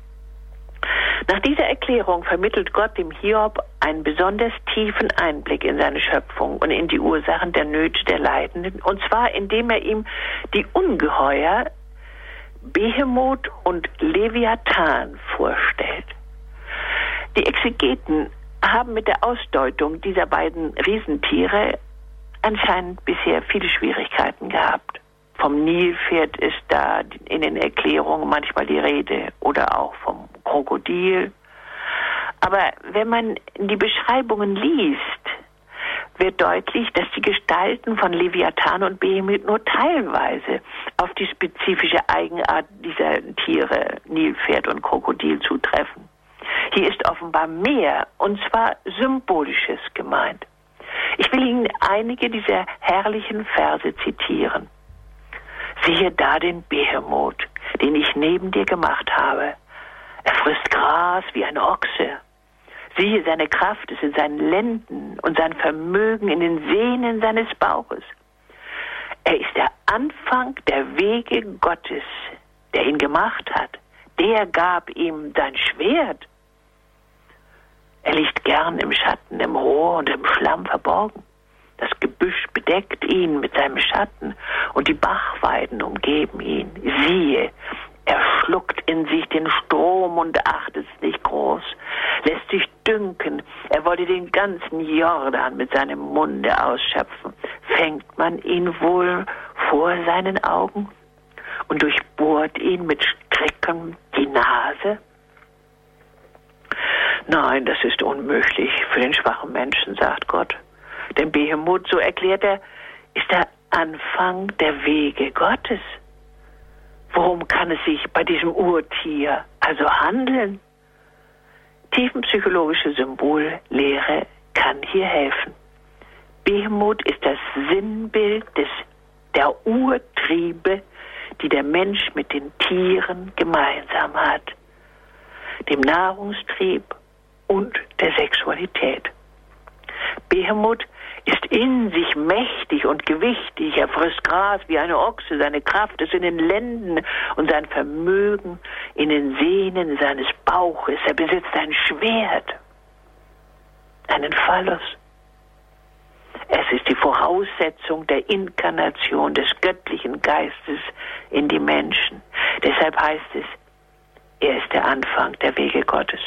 Nach dieser Erklärung vermittelt Gott dem Hiob einen besonders tiefen Einblick in seine Schöpfung und in die Ursachen der Nöte der Leidenden, und zwar indem er ihm die Ungeheuer Behemoth und Leviathan vorstellt. Die Exegeten haben mit der Ausdeutung dieser beiden Riesentiere anscheinend bisher viele Schwierigkeiten gehabt. Vom Nilpferd ist da in den Erklärungen manchmal die Rede oder auch vom Krokodil. Aber wenn man die Beschreibungen liest, wird deutlich, dass die Gestalten von Leviathan und Behemoth nur teilweise auf die spezifische Eigenart dieser Tiere, Nilpferd und Krokodil, zutreffen. Hier ist offenbar mehr, und zwar Symbolisches gemeint. Ich will Ihnen einige dieser herrlichen Verse zitieren. Siehe da den Behemoth, den ich neben dir gemacht habe. Er frisst Gras wie ein Ochse. Siehe, seine Kraft ist in seinen Lenden und sein Vermögen in den Sehnen seines Bauches. Er ist der Anfang der Wege Gottes, der ihn gemacht hat. Der gab ihm sein Schwert. Er liegt gern im Schatten, im Rohr und im Schlamm verborgen. Das Gebüsch bedeckt ihn mit seinem Schatten und die Bachweiden umgeben ihn. Siehe, er schluckt in sich den Strom und achtet es nicht groß, lässt sich dünken, er wollte den ganzen Jordan mit seinem Munde ausschöpfen. Fängt man ihn wohl vor seinen Augen und durchbohrt ihn mit Stricken die Nase? Nein, das ist unmöglich für den schwachen Menschen, sagt Gott. Denn Behemot, so erklärt er, ist der Anfang der Wege Gottes. Worum kann es sich bei diesem Urtier also handeln? Tiefenpsychologische Symbollehre kann hier helfen. Behemot ist das Sinnbild der Urtriebe, die der Mensch mit den Tieren gemeinsam hat. Dem Nahrungstrieb und der Sexualität. Behemot ist in sich mächtig und gewichtig. Er frisst Gras wie eine Ochse. Seine Kraft ist in den Lenden und sein Vermögen in den Sehnen seines Bauches. Er besitzt ein Schwert, einen Phallus. Es ist die Voraussetzung der Inkarnation des göttlichen Geistes in die Menschen. Deshalb heißt es, er ist der Anfang der Wege Gottes.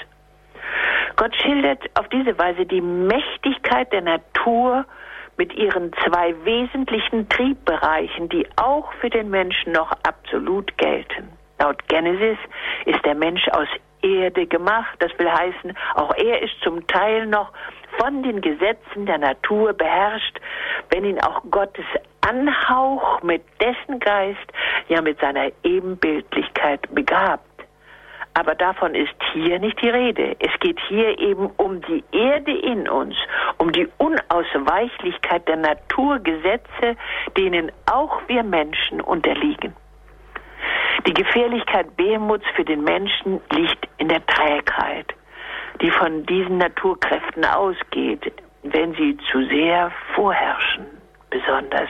Gott schildert auf diese Weise die Mächtigkeit der Natur mit ihren zwei wesentlichen Triebbereichen, die auch für den Menschen noch absolut gelten. Laut Genesis ist der Mensch aus Erde gemacht. Das will heißen, auch er ist zum Teil noch von den Gesetzen der Natur beherrscht, wenn ihn auch Gottes Anhauch mit dessen Geist, ja mit seiner Ebenbildlichkeit begabt. Aber davon ist hier nicht die Rede. Es geht hier eben um die Erde in uns, um die Unausweichlichkeit der Naturgesetze, denen auch wir Menschen unterliegen. Die Gefährlichkeit Behemots für den Menschen liegt in der Trägheit, die von diesen Naturkräften ausgeht, wenn sie zu sehr vorherrschen, besonders.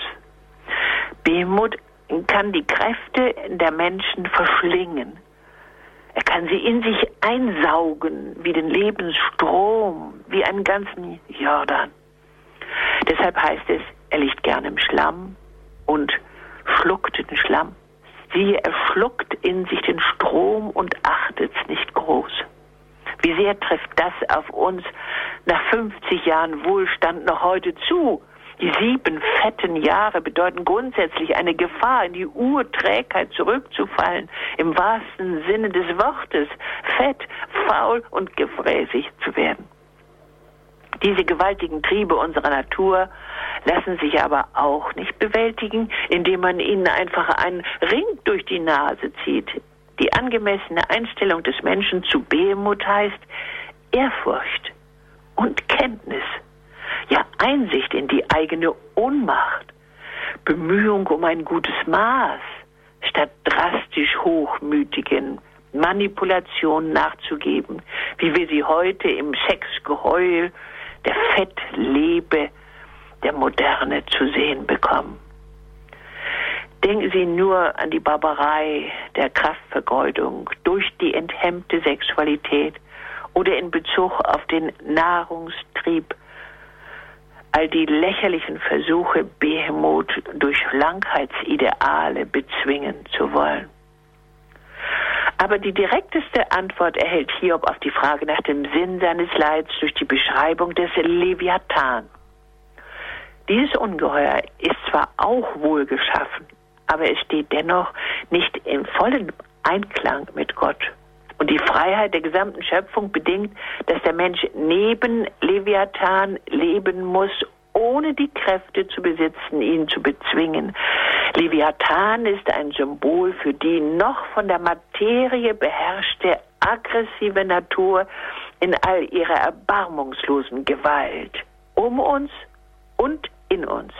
Behemot kann die Kräfte der Menschen verschlingen. Er kann sie in sich einsaugen, wie den Lebensstrom, wie einen ganzen Jordan. Deshalb heißt es, er liegt gern im Schlamm und schluckt den Schlamm. Er schluckt in sich den Strom und achtet's nicht groß. Wie sehr trifft das auf uns nach 50 Jahren Wohlstand noch heute zu? Die 7 fetten Jahre bedeuten grundsätzlich eine Gefahr, in die Urträgheit zurückzufallen, im wahrsten Sinne des Wortes, fett, faul und gefräßig zu werden. Diese gewaltigen Triebe unserer Natur lassen sich aber auch nicht bewältigen, indem man ihnen einfach einen Ring durch die Nase zieht. Die angemessene Einstellung des Menschen zu Behemot heißt Ehrfurcht und Kenntnis. Ja, Einsicht in die eigene Ohnmacht, Bemühung um ein gutes Maß, statt drastisch hochmütigen Manipulationen nachzugeben, wie wir sie heute im Sexgeheul der Fettlebe der Moderne zu sehen bekommen. Denken Sie nur an die Barbarei der Kraftvergeudung durch die enthemmte Sexualität oder in Bezug auf den Nahrungstrieb, all die lächerlichen Versuche, Behemot durch Schlankheitsideale bezwingen zu wollen. Aber die direkteste Antwort erhält Hiob auf die Frage nach dem Sinn seines Leids durch die Beschreibung des Leviathan. Dieses Ungeheuer ist zwar auch wohlgeschaffen, aber es steht dennoch nicht im vollen Einklang mit Gott. Und die Freiheit der gesamten Schöpfung bedingt, dass der Mensch neben Leviathan leben muss, ohne die Kräfte zu besitzen, ihn zu bezwingen. Leviathan ist ein Symbol für die noch von der Materie beherrschte, aggressive Natur in all ihrer erbarmungslosen Gewalt, um uns und in uns.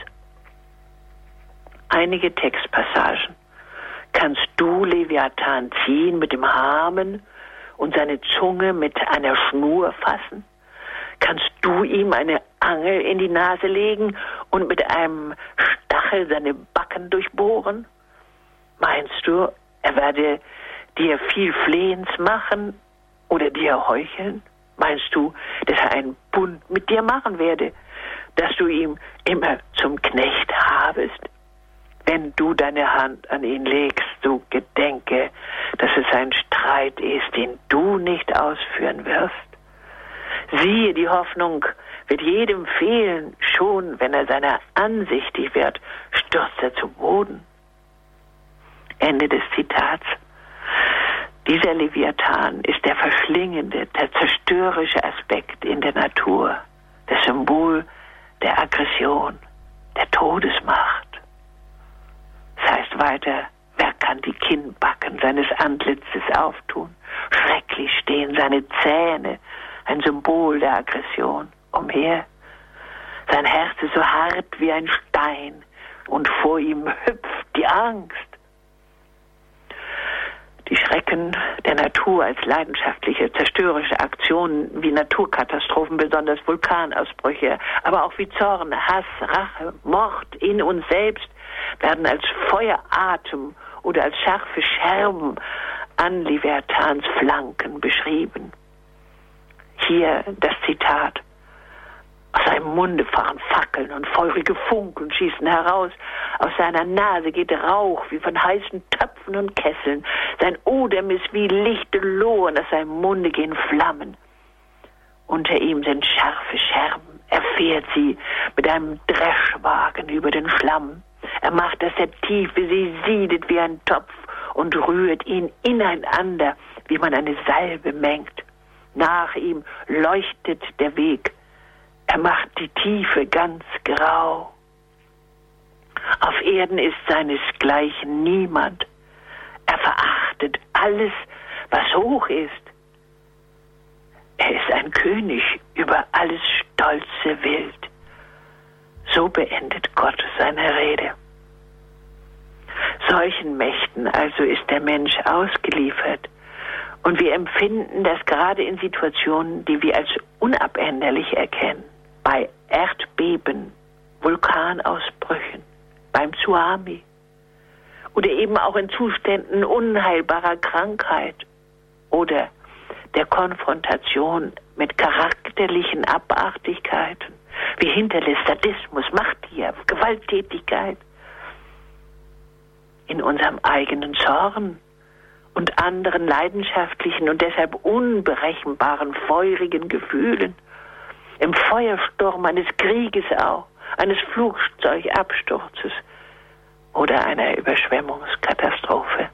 Einige Textpassagen. Kannst du Leviathan ziehen mit dem Hamen und seine Zunge mit einer Schnur fassen? Kannst du ihm eine Angel in die Nase legen und mit einem Stachel seine Backen durchbohren? Meinst du, er werde dir viel Flehens machen oder dir heucheln? Meinst du, dass er einen Bund mit dir machen werde, dass du ihm immer zum Knecht habest? Wenn du deine Hand an ihn legst, so gedenke, dass es ein Streit ist, den du nicht ausführen wirst. Siehe, die Hoffnung wird jedem fehlen, schon wenn er seiner ansichtig wird, stürzt er zu Boden. Ende des Zitats. Dieser Leviathan ist der verschlingende, der zerstörerische Aspekt in der Natur, das Symbol der Aggression, der Todesmacht. Es heißt weiter, wer kann die Kinnbacken seines Antlitzes auftun? Schrecklich stehen seine Zähne, ein Symbol der Aggression, umher. Sein Herz ist so hart wie ein Stein und vor ihm hüpft die Angst. Die Schrecken der Natur als leidenschaftliche, zerstörerische Aktionen wie Naturkatastrophen, besonders Vulkanausbrüche, aber auch wie Zorn, Hass, Rache, Mord in uns selbst werden als Feueratem oder als scharfe Scherben an Leviathans Flanken beschrieben. Hier das Zitat. Aus seinem Munde fahren Fackeln und feurige Funken schießen heraus. Aus seiner Nase geht Rauch wie von heißen Töpfen und Kesseln. Sein Odem ist wie lichte Lohen, aus seinem Munde gehen Flammen. Unter ihm sind scharfe Scherben. Er fährt sie mit einem Dreschwagen über den Schlamm. Er macht, dass der Tiefe sie siedet wie ein Topf und rührt ihn ineinander, wie man eine Salbe mengt. Nach ihm leuchtet der Weg. Er macht die Tiefe ganz grau. Auf Erden ist seinesgleichen niemand. Er verachtet alles, was hoch ist. Er ist ein König über alles stolze Wild. So beendet Gott seine Rede. Solchen Mächten also ist der Mensch ausgeliefert. Und wir empfinden das gerade in Situationen, die wir als unabänderlich erkennen. Bei Erdbeben, Vulkanausbrüchen, beim Tsunami oder eben auch in Zuständen unheilbarer Krankheit oder der Konfrontation mit charakterlichen Abartigkeiten wie Hinterlist, Sadismus, Machtgier, Gewalttätigkeit. In unserem eigenen Zorn und anderen leidenschaftlichen und deshalb unberechenbaren, feurigen Gefühlen, im Feuersturm eines Krieges auch, eines Flugzeugabsturzes oder einer Überschwemmungskatastrophe.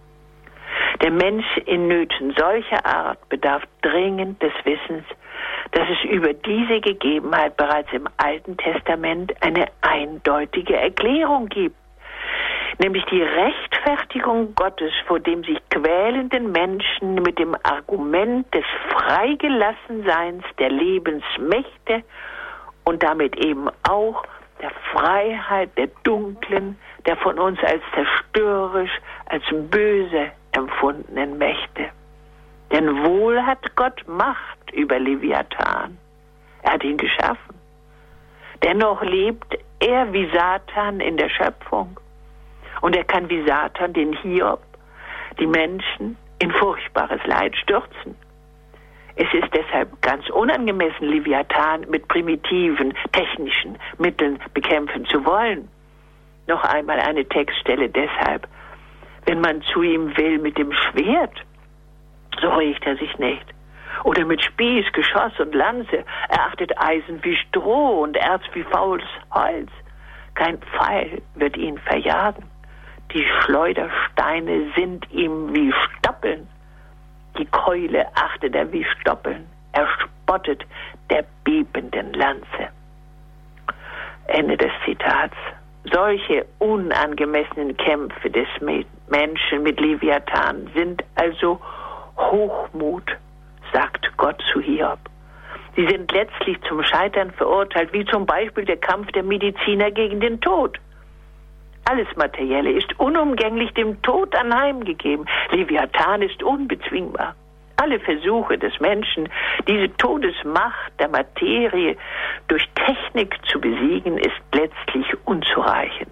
Der Mensch in Nöten solcher Art bedarf dringend des Wissens, dass es über diese Gegebenheit bereits im Alten Testament eine eindeutige Erklärung gibt, nämlich die Rechtfertigung Gottes, vor dem sich quälenden Menschen mit dem Argument des Freigelassenseins der Lebensmächte und damit eben auch der Freiheit der dunklen, der von uns als zerstörerisch, als böse empfundenen Mächte. Denn wohl hat Gott Macht über Leviathan. Er hat ihn geschaffen. Dennoch lebt er wie Satan in der Schöpfung. Und er kann wie Satan, den Hiob, die Menschen in furchtbares Leid stürzen. Es ist deshalb ganz unangemessen, Leviathan mit primitiven, technischen Mitteln bekämpfen zu wollen. Noch einmal eine Textstelle deshalb. Wenn man zu ihm will mit dem Schwert, so regt er sich nicht. Oder mit Spieß, Geschoss und Lanze. Er achtet Eisen wie Stroh und Erz wie faules Holz. Kein Pfeil wird ihn verjagen. Die Schleudersteine sind ihm wie Stoppeln. Die Keule achtet er wie Stoppeln. Er spottet der bebenden Lanze. Ende des Zitats. Solche unangemessenen Kämpfe des Menschen mit Leviathan sind also Hochmut, sagt Gott zu Hiob. Sie sind letztlich zum Scheitern verurteilt, wie zum Beispiel der Kampf der Mediziner gegen den Tod. Alles Materielle ist unumgänglich dem Tod anheimgegeben. Leviathan ist unbezwingbar. Alle Versuche des Menschen, diese Todesmacht der Materie durch Technik zu besiegen, ist letztlich unzureichend.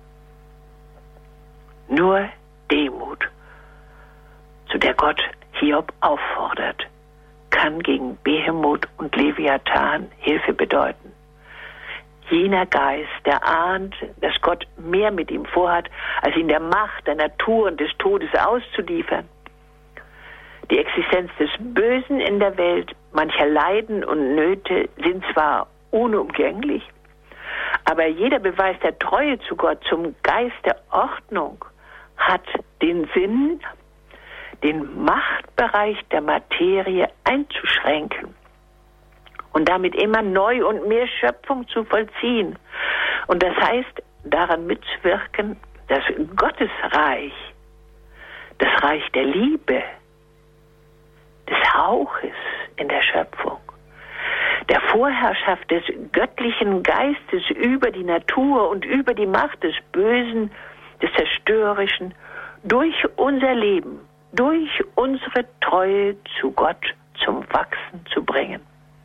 Nur Demut, zu der Gott Hiob auffordert, kann gegen Behemoth und Leviathan Hilfe bedeuten. Jener Geist, der ahnt, dass Gott mehr mit ihm vorhat, als ihn der Macht der Natur und des Todes auszuliefern. Die Existenz des Bösen in der Welt, mancher Leiden und Nöte sind zwar unumgänglich, aber jeder Beweis der Treue zu Gott, zum Geist der Ordnung, hat den Sinn, den Machtbereich der Materie einzuschränken und damit immer neu und mehr Schöpfung zu vollziehen. Und das heißt, daran mitzuwirken, dass Gottes Reich, das Reich der Liebe, des Hauches in der Schöpfung, der Vorherrschaft des göttlichen Geistes über die Natur und über die Macht des Bösen, des Zerstörerischen, durch unser Leben, durch unsere Treue zu Gott zum Wachsen zu bringen.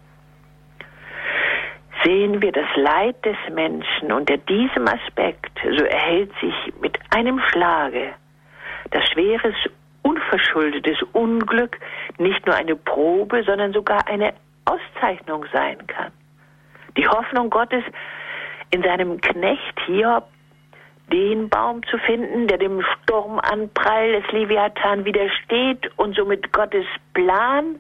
Sehen wir das Leid des Menschen unter diesem Aspekt, so erhält sich mit einem Schlage das schweres, unverschuldetes Unglück nicht nur eine Probe, sondern sogar eine Auszeichnung sein kann. Die Hoffnung Gottes in seinem Knecht Hiob, den Baum zu finden, der dem Sturmanprall des Leviathan widersteht und somit Gottes Plan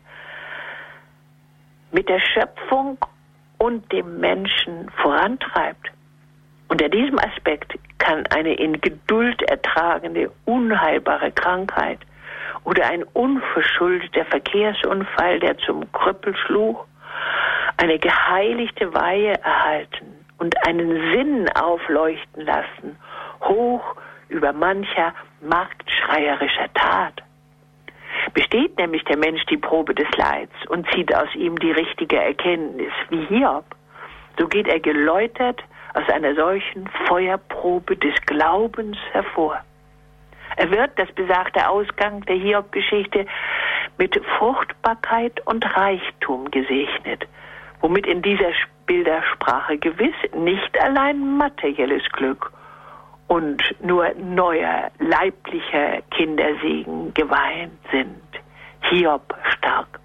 mit der Schöpfung und dem Menschen vorantreibt. Unter diesem Aspekt kann eine in Geduld ertragene, unheilbare Krankheit oder ein unverschuldeter Verkehrsunfall, der zum Krüppel schlug, eine geheiligte Weihe erhalten und einen Sinn aufleuchten lassen, hoch über mancher marktschreierischer Tat. Besteht nämlich der Mensch die Probe des Leids und zieht aus ihm die richtige Erkenntnis, wie Hiob, so geht er geläutert aus einer solchen Feuerprobe des Glaubens hervor. Er wird, das besagte Ausgang der Hiob-Geschichte, mit Fruchtbarkeit und Reichtum gesegnet, womit in dieser Bildersprache gewiss nicht allein materielles Glück und nur neuer leiblicher Kindersegen geweiht sind. Hiob stark,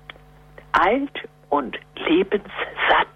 alt und lebenssatt.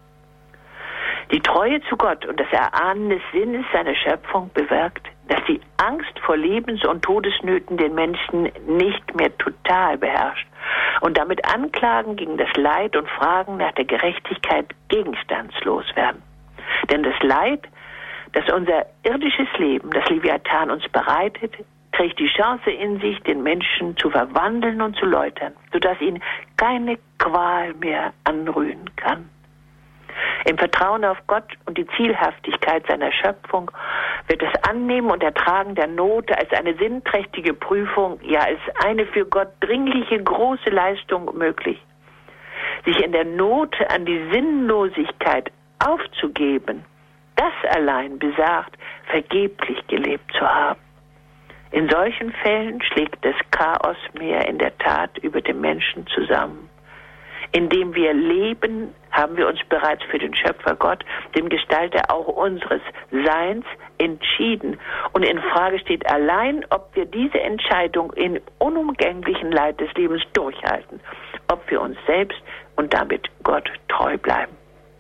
Die Treue zu Gott und das Erahnen des Sinnes seiner Schöpfung bewirkt, dass die Angst vor Lebens- und Todesnöten den Menschen nicht mehr total beherrscht und damit Anklagen gegen das Leid und Fragen nach der Gerechtigkeit gegenstandslos werden. Denn das Leid, das unser irdisches Leben, das Leviathan uns bereitet, trägt die Chance in sich, den Menschen zu verwandeln und zu läutern, sodass ihn keine Qual mehr anrühren kann. Im Vertrauen auf Gott und die Zielhaftigkeit seiner Schöpfung wird das Annehmen und Ertragen der Not als eine sinnträchtige Prüfung, ja als eine für Gott dringliche große Leistung möglich. Sich in der Not an die Sinnlosigkeit aufzugeben, das allein besagt, vergeblich gelebt zu haben. In solchen Fällen schlägt das Chaosmeer in der Tat über den Menschen zusammen. Indem wir leben, haben wir uns bereits für den Schöpfer Gott, dem Gestalter auch unseres Seins, entschieden. Und in Frage steht allein, ob wir diese Entscheidung im unumgänglichen Leid des Lebens durchhalten, ob wir uns selbst und damit Gott treu bleiben.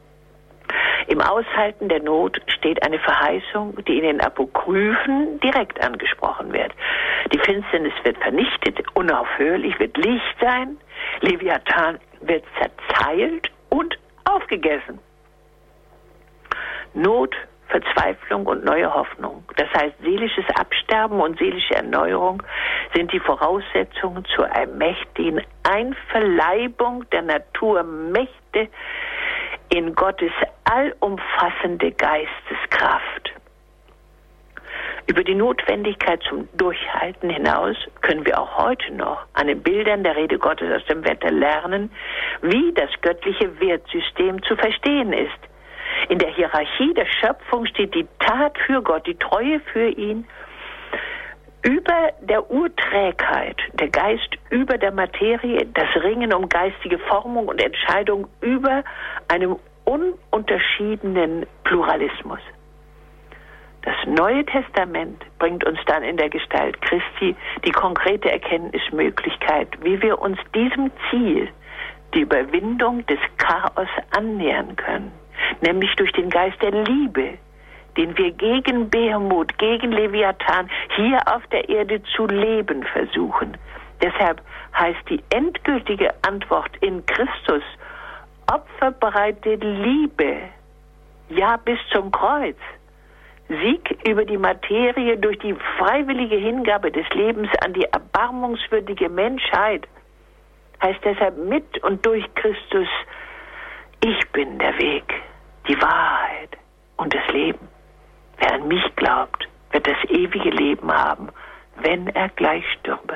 Im Aushalten der Not steht eine Verheißung, die in den Apokryphen direkt angesprochen wird. Die Finsternis wird vernichtet, unaufhörlich wird Licht sein, Leviathan wird zerzeilt und aufgegessen. Not, Verzweiflung und neue Hoffnung, das heißt seelisches Absterben und seelische Erneuerung, sind die Voraussetzungen zur allmächtigen Einverleibung der Naturmächte in Gottes allumfassende Geisteskraft. Über die Notwendigkeit zum Durchhalten hinaus können wir auch heute noch an den Bildern der Rede Gottes aus dem Wetter lernen, wie das göttliche Wertsystem zu verstehen ist. In der Hierarchie der Schöpfung steht die Tat für Gott, die Treue für ihn, über der Urträgheit, der Geist über der Materie, das Ringen um geistige Formung und Entscheidung über einem ununterschiedenen Pluralismus. Das Neue Testament bringt uns dann in der Gestalt Christi die konkrete Erkenntnismöglichkeit, wie wir uns diesem Ziel, die Überwindung des Chaos, annähern können, nämlich durch den Geist der Liebe, den wir gegen Behemoth, gegen Leviathan hier auf der Erde zu leben versuchen. Deshalb heißt die endgültige Antwort in Christus opferbereite Liebe, ja bis zum Kreuz. Sieg über die Materie durch die freiwillige Hingabe des Lebens an die erbarmungswürdige Menschheit heißt deshalb mit und durch Christus: Ich bin der Weg, die Wahrheit und das Leben. Wer an mich glaubt, wird das ewige Leben haben, wenn er gleich stürbe.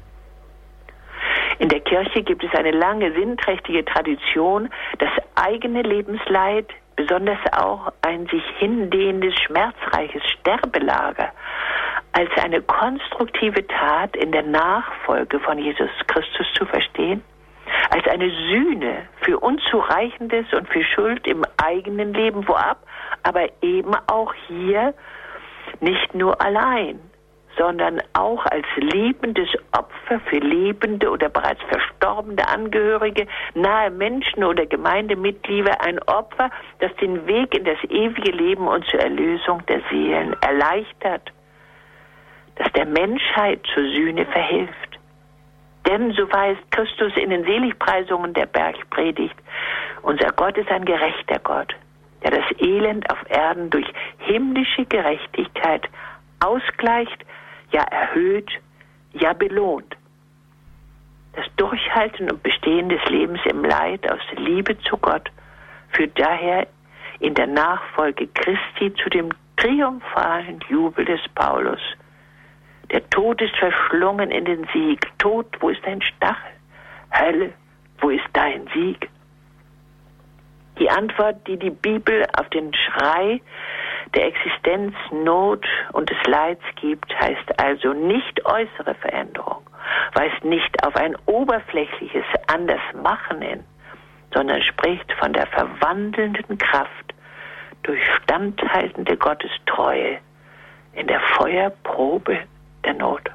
In der Kirche gibt es eine lange, sinnträchtige Tradition, das eigene Lebensleid, besonders auch ein sich hindehnendes, schmerzreiches Sterbelager, als eine konstruktive Tat in der Nachfolge von Jesus Christus zu verstehen, als eine Sühne für Unzureichendes und für Schuld im eigenen Leben vorab, aber eben auch hier nicht nur allein, sondern auch als liebendes Opfer für lebende oder bereits verstorbene Angehörige, nahe Menschen oder Gemeindemitglieder, ein Opfer, das den Weg in das ewige Leben und zur Erlösung der Seelen erleichtert, das der Menschheit zur Sühne verhilft. Denn, so weist Christus in den Seligpreisungen der Bergpredigt, unser Gott ist ein gerechter Gott, der das Elend auf Erden durch himmlische Gerechtigkeit ausgleicht, ja erhöht, ja belohnt. Das Durchhalten und Bestehen des Lebens im Leid aus Liebe zu Gott führt daher in der Nachfolge Christi zu dem triumphalen Jubel des Paulus. Der Tod ist verschlungen in den Sieg. Tod, wo ist dein Stachel? Hölle, wo ist dein Sieg? Die Antwort, die die Bibel auf den Schrei der Existenznot und des Leids gibt, heißt also nicht äußere Veränderung, weist nicht auf ein oberflächliches Andersmachen hin, sondern spricht von der verwandelnden Kraft durch standhaltende Gottestreue in der Feuerprobe der Not.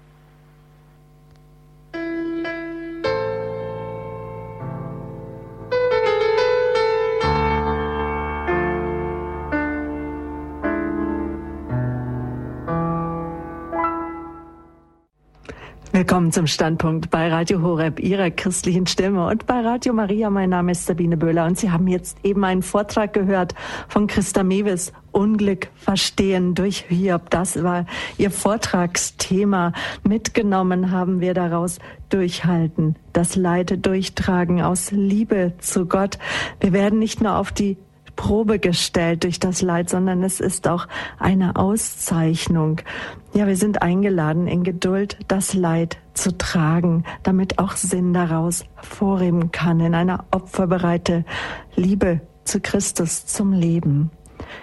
Willkommen zum Standpunkt bei Radio Horeb, Ihrer christlichen Stimme, und bei Radio Maria. Mein Name ist Sabine Böhler und Sie haben jetzt eben einen Vortrag gehört von Christa Mewes, Unglück verstehen durch Hiob. Das war Ihr Vortragsthema. Mitgenommen haben wir daraus durchhalten, das Leid durchtragen aus Liebe zu Gott. Wir werden nicht nur auf die Probe gestellt durch das Leid, sondern es ist auch eine Auszeichnung. Ja, wir sind eingeladen, in Geduld das Leid zu tragen, damit auch Sinn daraus hervorheben kann, in einer opferbereite Liebe zu Christus, zum Leben.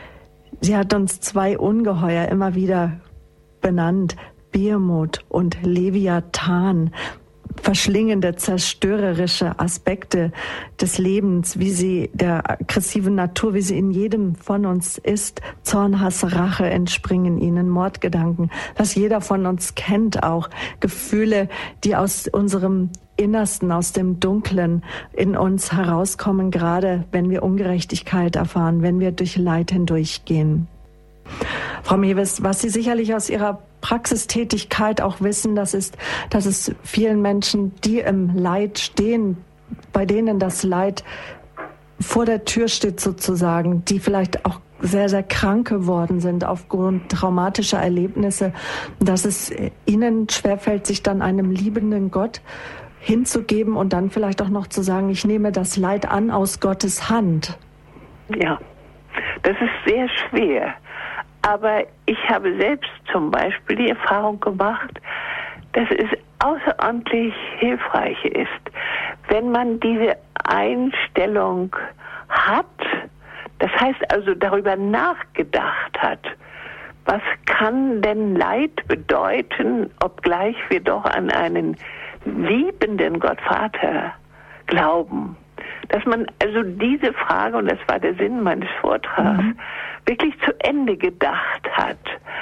Sie hat uns zwei Ungeheuer immer wieder benannt, Behemoth und Leviathan. Verschlingende, zerstörerische Aspekte des Lebens, wie sie der aggressiven Natur, wie sie in jedem von uns ist. Zorn, Hass, Rache entspringen ihnen, Mordgedanken, was jeder von uns kennt auch. Gefühle, die aus unserem Innersten, aus dem Dunklen in uns herauskommen, gerade wenn wir Ungerechtigkeit erfahren, wenn wir durch Leid hindurchgehen. Frau Mewes, was Sie sicherlich aus Ihrer Praxistätigkeit auch wissen, das ist, dass es vielen Menschen, die im Leid stehen, bei denen das Leid vor der Tür steht sozusagen, die vielleicht auch sehr, sehr krank geworden sind aufgrund traumatischer Erlebnisse, dass es ihnen schwerfällt, sich dann einem liebenden Gott hinzugeben und dann vielleicht auch noch zu sagen, ich nehme das Leid an aus Gottes Hand. Ja, das ist sehr schwer. Aber ich habe selbst zum Beispiel die Erfahrung gemacht, dass es außerordentlich hilfreich ist, wenn man diese Einstellung hat, das heißt also darüber nachgedacht hat, was kann denn Leid bedeuten, obgleich wir doch an einen liebenden Gottvater glauben. Dass man also diese Frage, und das war der Sinn meines Vortrags, wirklich zu Ende gedacht hat.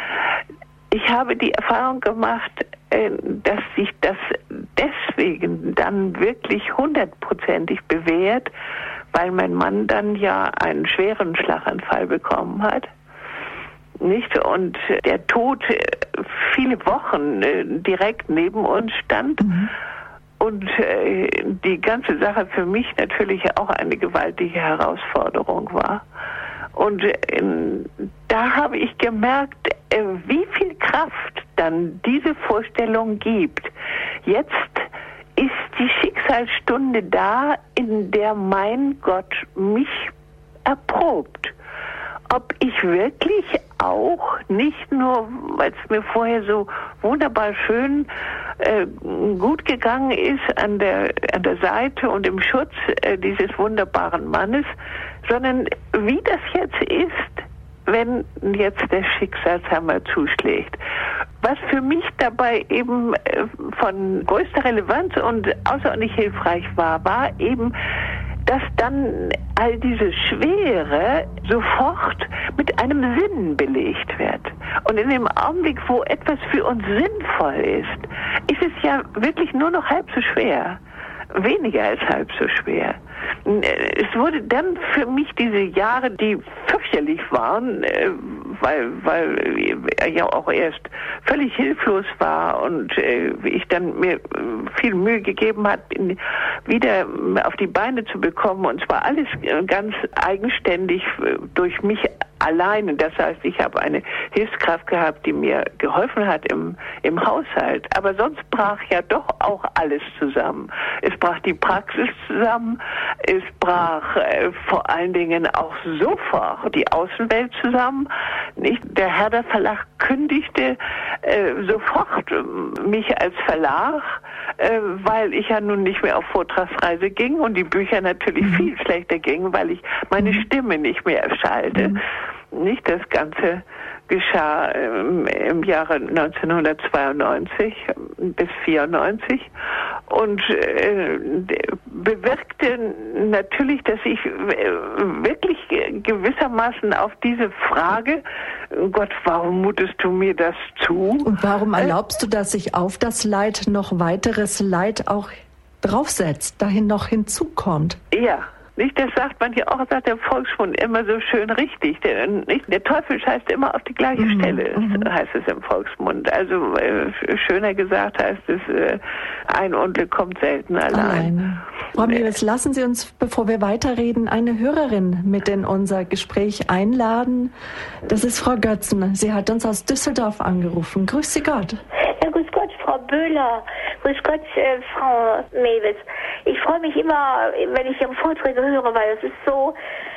Ich habe die Erfahrung gemacht, dass sich das deswegen dann wirklich 100%ig bewährt, weil mein Mann dann ja einen schweren Schlaganfall bekommen hat. Nicht? Und der Tod viele Wochen direkt neben uns stand. Und die ganze Sache für mich natürlich auch eine gewaltige Herausforderung war. Und da habe ich gemerkt, wie viel Kraft dann diese Vorstellung gibt. Jetzt ist die Schicksalsstunde da, in der mein Gott mich erprobt. Ob ich wirklich auch, nicht nur, weil es mir vorher so wunderbar schön gut gegangen ist an der Seite und im Schutz dieses wunderbaren Mannes, sondern wie das jetzt ist, wenn jetzt der Schicksalshammer zuschlägt. Was für mich dabei eben von größter Relevanz und außerordentlich hilfreich war eben, dass dann all diese Schwere sofort mit einem Sinn belegt wird. Und in dem Augenblick, wo etwas für uns sinnvoll ist es ja wirklich nur noch halb so schwer. Weniger als halb so schwer. Es wurde dann für mich diese Jahre, die fürchterlich waren, weil er ja auch erst völlig hilflos war und ich dann mir viel Mühe gegeben hat, ihn wieder auf die Beine zu bekommen, und zwar alles ganz eigenständig durch mich alleine. Das heißt, ich habe eine Hilfskraft gehabt, die mir geholfen hat im Haushalt. Aber sonst brach ja doch auch alles zusammen. Es brach die Praxis zusammen. Es brach vor allen Dingen auch sofort die Außenwelt zusammen. Nicht? Der Herder Verlag kündigte sofort mich als Verlag, weil ich ja nun nicht mehr auf Vortragsreise ging und die Bücher natürlich viel schlechter gingen, weil ich meine Stimme nicht mehr erschallte. Nicht? Das Ganze geschah im Jahre 1992 bis 1994 und bewirkte natürlich, dass ich wirklich gewissermaßen auf diese Frage, Gott, warum mutest du mir das zu? Und warum erlaubst du, dass sich auf das Leid noch weiteres Leid auch draufsetzt, dahin noch hinzukommt? Ja. Nicht, das sagt man hier auch, sagt der Volksmund immer so schön richtig. Der Teufel scheißt immer auf die gleiche Stelle, heißt es im Volksmund. Also schöner gesagt heißt es, ein Unglück kommt selten allein. Frau Mewes, lassen Sie uns, bevor wir weiterreden, eine Hörerin mit in unser Gespräch einladen. Das ist Frau Götzen. Sie hat uns aus Düsseldorf angerufen. Grüß Sie Gott. Ja, grüß Gott, Frau Böhler. Grüß Gott, Frau Mewes. Ich freue mich immer, wenn ich Ihre Vorträge höre, weil es ist so,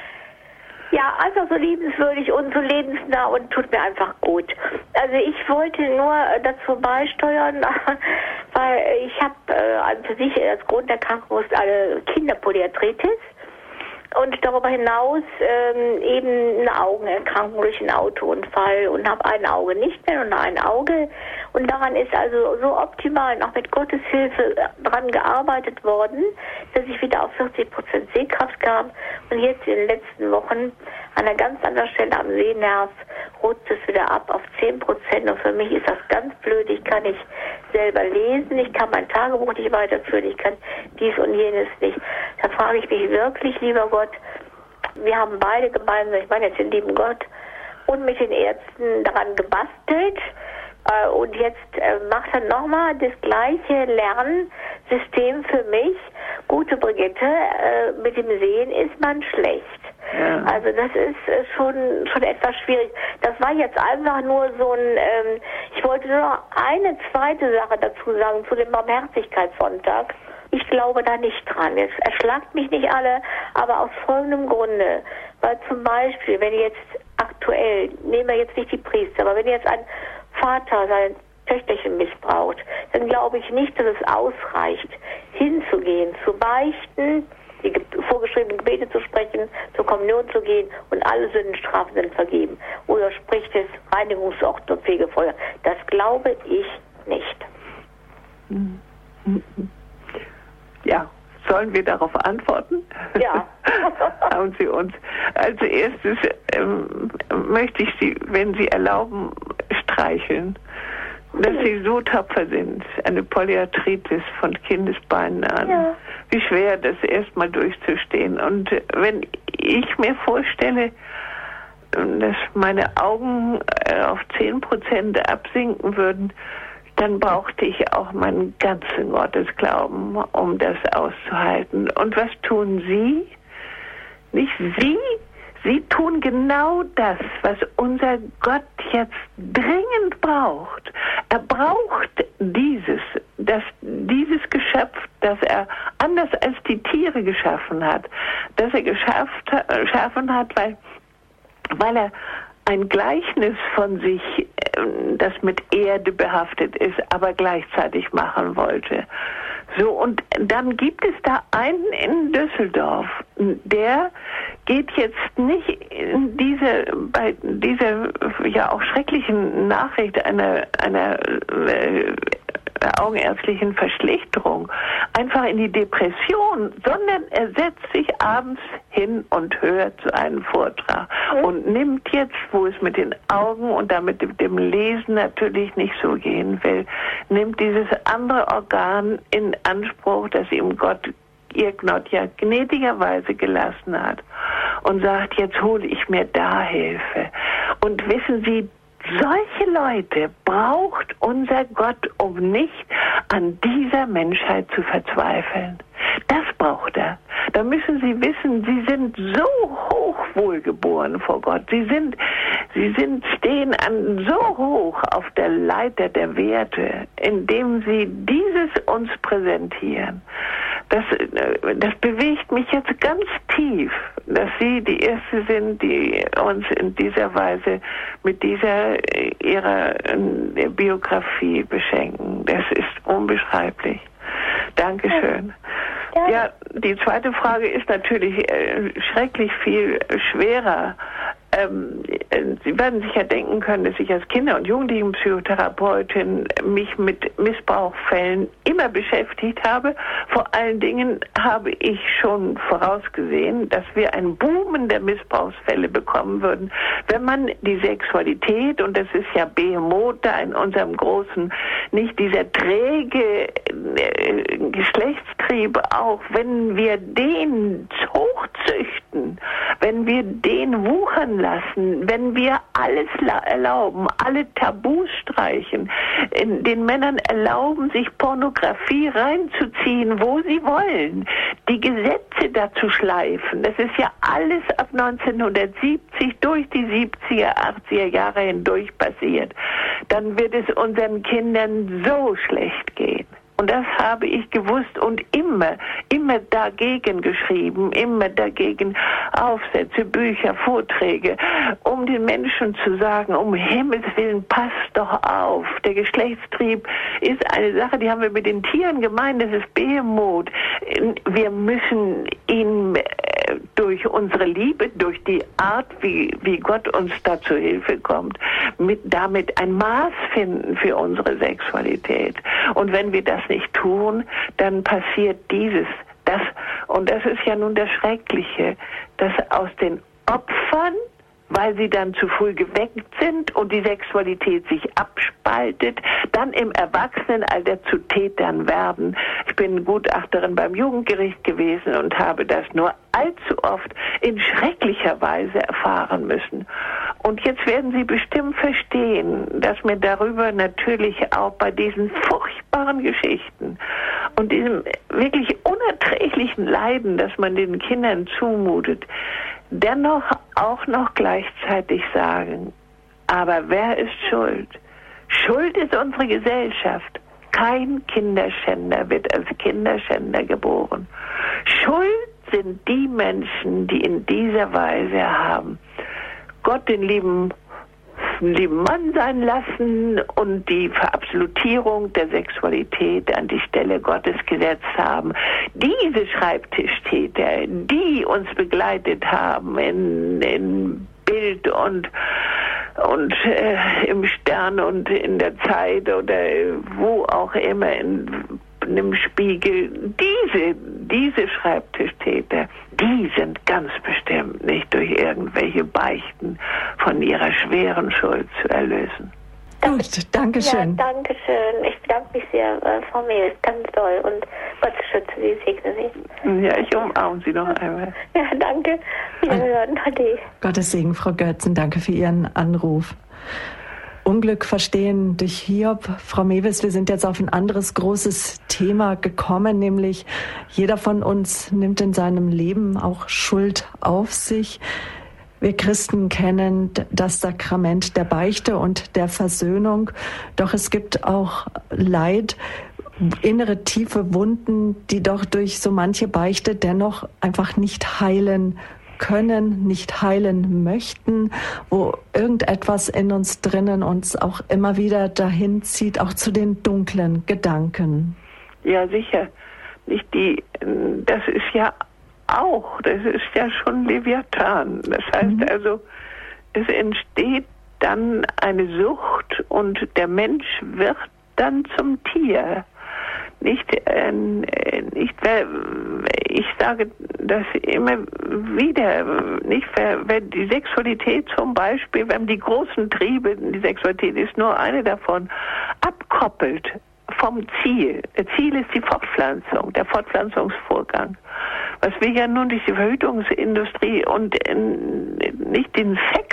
ja, einfach so liebenswürdig und so lebensnah und tut mir einfach gut. Also ich wollte nur dazu beisteuern, weil ich habe für sich als Grunderkrankung eine Kinderpolyarthritis und darüber hinaus eben eine Augenerkrankung durch einen Autounfall und habe ein Auge nicht mehr und ein Auge. Und daran ist also so optimal und auch mit Gottes Hilfe dran gearbeitet worden, dass ich wieder auf 40% Sehkraft kam. Und jetzt in den letzten Wochen an einer ganz anderen Stelle am Sehnerv rutscht es wieder ab auf 10%. Und für mich ist das ganz blöd. Ich kann nicht selber lesen, ich kann mein Tagebuch nicht weiterführen, ich kann dies und jenes nicht. Da frage ich mich wirklich, lieber Gott, wir haben beide gemeinsam, ich meine jetzt den lieben Gott, und mit den Ärzten daran gebastelt. Und jetzt macht er nochmal das gleiche Lernsystem für mich. Gute Brigitte, mit dem Sehen ist man schlecht. Ja. Also das ist schon etwas schwierig. Das war jetzt einfach nur so ein, ich wollte nur noch eine zweite Sache dazu sagen, zu dem Barmherzigkeitssonntag. Ich glaube da nicht dran. Es erschlagt mich nicht alle, aber aus folgendem Grunde. Weil zum Beispiel, wenn jetzt aktuell, nehmen wir jetzt nicht die Priester, aber wenn jetzt ein Vater sein Töchterchen missbraucht, dann glaube ich nicht, dass es ausreicht, hinzugehen, zu beichten, die vorgeschriebenen Gebete zu sprechen, zur Kommunion zu gehen und alle Sündenstrafen sind vergeben. Oder spricht es Reinigungsort und Fegefeuer. Das glaube ich nicht. Ja, sollen wir darauf antworten? Ja. Haben Sie uns. Als erstes möchte ich Sie, wenn Sie erlauben, streicheln, dass Sie so tapfer sind. Eine Polyarthritis von Kindesbeinen an. Ja. Wie schwer, das erstmal durchzustehen. Und wenn ich mir vorstelle, dass meine Augen auf 10% absinken würden, dann brauchte ich auch meinen ganzen Gottesglauben, um das auszuhalten. Und was tun Sie? Nicht Sie? Sie tun genau das, was unser Gott jetzt dringend braucht. Er braucht dieses Geschöpf, das er anders als die Tiere geschaffen hat, das er geschaffen hat, weil er ein Gleichnis von sich, das mit Erde behaftet ist, aber gleichzeitig machen wollte. So, und dann gibt es da einen in Düsseldorf, der geht jetzt nicht bei dieser ja auch schrecklichen Nachricht einer augenärztlichen Verschlechterung einfach in die Depression, sondern er setzt sich abends hin und hört so einen Vortrag und nimmt jetzt, wo es mit den Augen und damit mit dem Lesen natürlich nicht so gehen will, nimmt dieses andere Organ in Anspruch, das ihm Gott ja gnädigerweise gelassen hat und sagt, jetzt hole ich mir da Hilfe. Und wissen Sie, solche Leute braucht unser Gott, um nicht an dieser Menschheit zu verzweifeln. Das braucht er. Da müssen Sie wissen, Sie sind so hoch wohlgeboren vor Gott. Sie stehen so hoch auf der Leiter der Werte, indem Sie dieses uns präsentieren. Das bewegt mich jetzt ganz tief, dass Sie die Erste sind, die uns in dieser Weise mit ihrer Biografie beschenken. Das ist unbeschreiblich. Dankeschön. Ja, die zweite Frage ist natürlich schrecklich viel schwerer. Sie werden sich ja denken können, dass ich als Kinder- und Jugendlichenpsychotherapeutin mich mit Missbrauchsfällen immer beschäftigt habe. Vor allen Dingen habe ich schon vorausgesehen, dass wir einen Boom der Missbrauchsfälle bekommen würden, wenn man die Sexualität, und das ist ja Behemoth da in unserem großen, nicht dieser träge Geschlechtstrieb auch, wenn wir den hochzüchten, wenn wir den wuchern lassen, wenn wir alles erlauben, alle Tabus streichen, den Männern erlauben, sich Pornografie reinzuziehen, wo sie wollen, die Gesetze dazu schleifen, das ist ja alles ab 1970 durch die 70er, 80er Jahre hindurch passiert, dann wird es unseren Kindern so schlecht gehen. Und das habe ich gewusst und immer dagegen geschrieben, immer dagegen Aufsätze, Bücher, Vorträge, um den Menschen zu sagen, um Himmels Willen, passt doch auf. Der Geschlechtstrieb ist eine Sache, die haben wir mit den Tieren gemeint, das ist Behemoth. Wir müssen ihn durch unsere Liebe, durch die Art, wie Gott uns da zur Hilfe kommt, damit ein Maß finden für unsere Sexualität. Und wenn wir das nicht tun, dann passiert das. Und das ist ja nun das Schreckliche, dass aus den Opfern, weil sie dann zu früh geweckt sind und die Sexualität sich abspaltet, dann im Erwachsenenalter zu Tätern werden. Ich bin Gutachterin beim Jugendgericht gewesen und habe das nur allzu oft in schrecklicher Weise erfahren müssen. Und jetzt werden Sie bestimmt verstehen, dass mir darüber natürlich auch bei diesen furchtbaren Geschichten und diesem wirklich unerträglichen Leiden, das man den Kindern zumutet, dennoch auch noch gleichzeitig sagen, aber wer ist schuld? Schuld ist unsere Gesellschaft. Kein Kinderschänder wird als Kinderschänder geboren. Schuld sind die Menschen, die in dieser Weise haben Gott den lieben Mann sein lassen und die Verabsolutierung der Sexualität an die Stelle Gottes gesetzt haben. Diese Schreibtischtäter, die uns begleitet haben in Bild und im Stern und in der Zeit oder wo auch immer im Spiegel, diese Schreibtischtäter, die sind ganz bestimmt nicht durch irgendwelche Beichten von ihrer schweren Schuld zu erlösen. Gut, danke schön. Ja, danke schön. Ich bedanke mich sehr, Frau Mewes, ganz toll. Und Gott schütze Sie, segne Sie. Ja, ich umarme Sie noch einmal. Ja, danke. Wiederhören. Ade. Gottes Segen, Frau Götzen. Danke für Ihren Anruf. Unglück verstehen durch Hiob. Frau Mewes, wir sind jetzt auf ein anderes großes Thema gekommen, nämlich jeder von uns nimmt in seinem Leben auch Schuld auf sich. Wir Christen kennen das Sakrament der Beichte und der Versöhnung, doch es gibt auch Leid, innere tiefe Wunden, die doch durch so manche Beichte dennoch einfach nicht heilen können, nicht heilen möchten, wo irgendetwas in uns drinnen uns auch immer wieder dahin zieht, auch zu den dunklen Gedanken. Ja, sicher. Das ist ja schon Leviathan. Das heißt also, es entsteht dann eine Sucht und der Mensch wird dann zum Tier. Ich sage das immer wieder, wenn die Sexualität zum Beispiel, wenn die großen Triebe, die Sexualität ist nur eine davon, abkoppelt vom Ziel. Das Ziel ist die Fortpflanzung, der Fortpflanzungsvorgang. Was wir ja nun durch die Verhütungsindustrie und nicht den Sex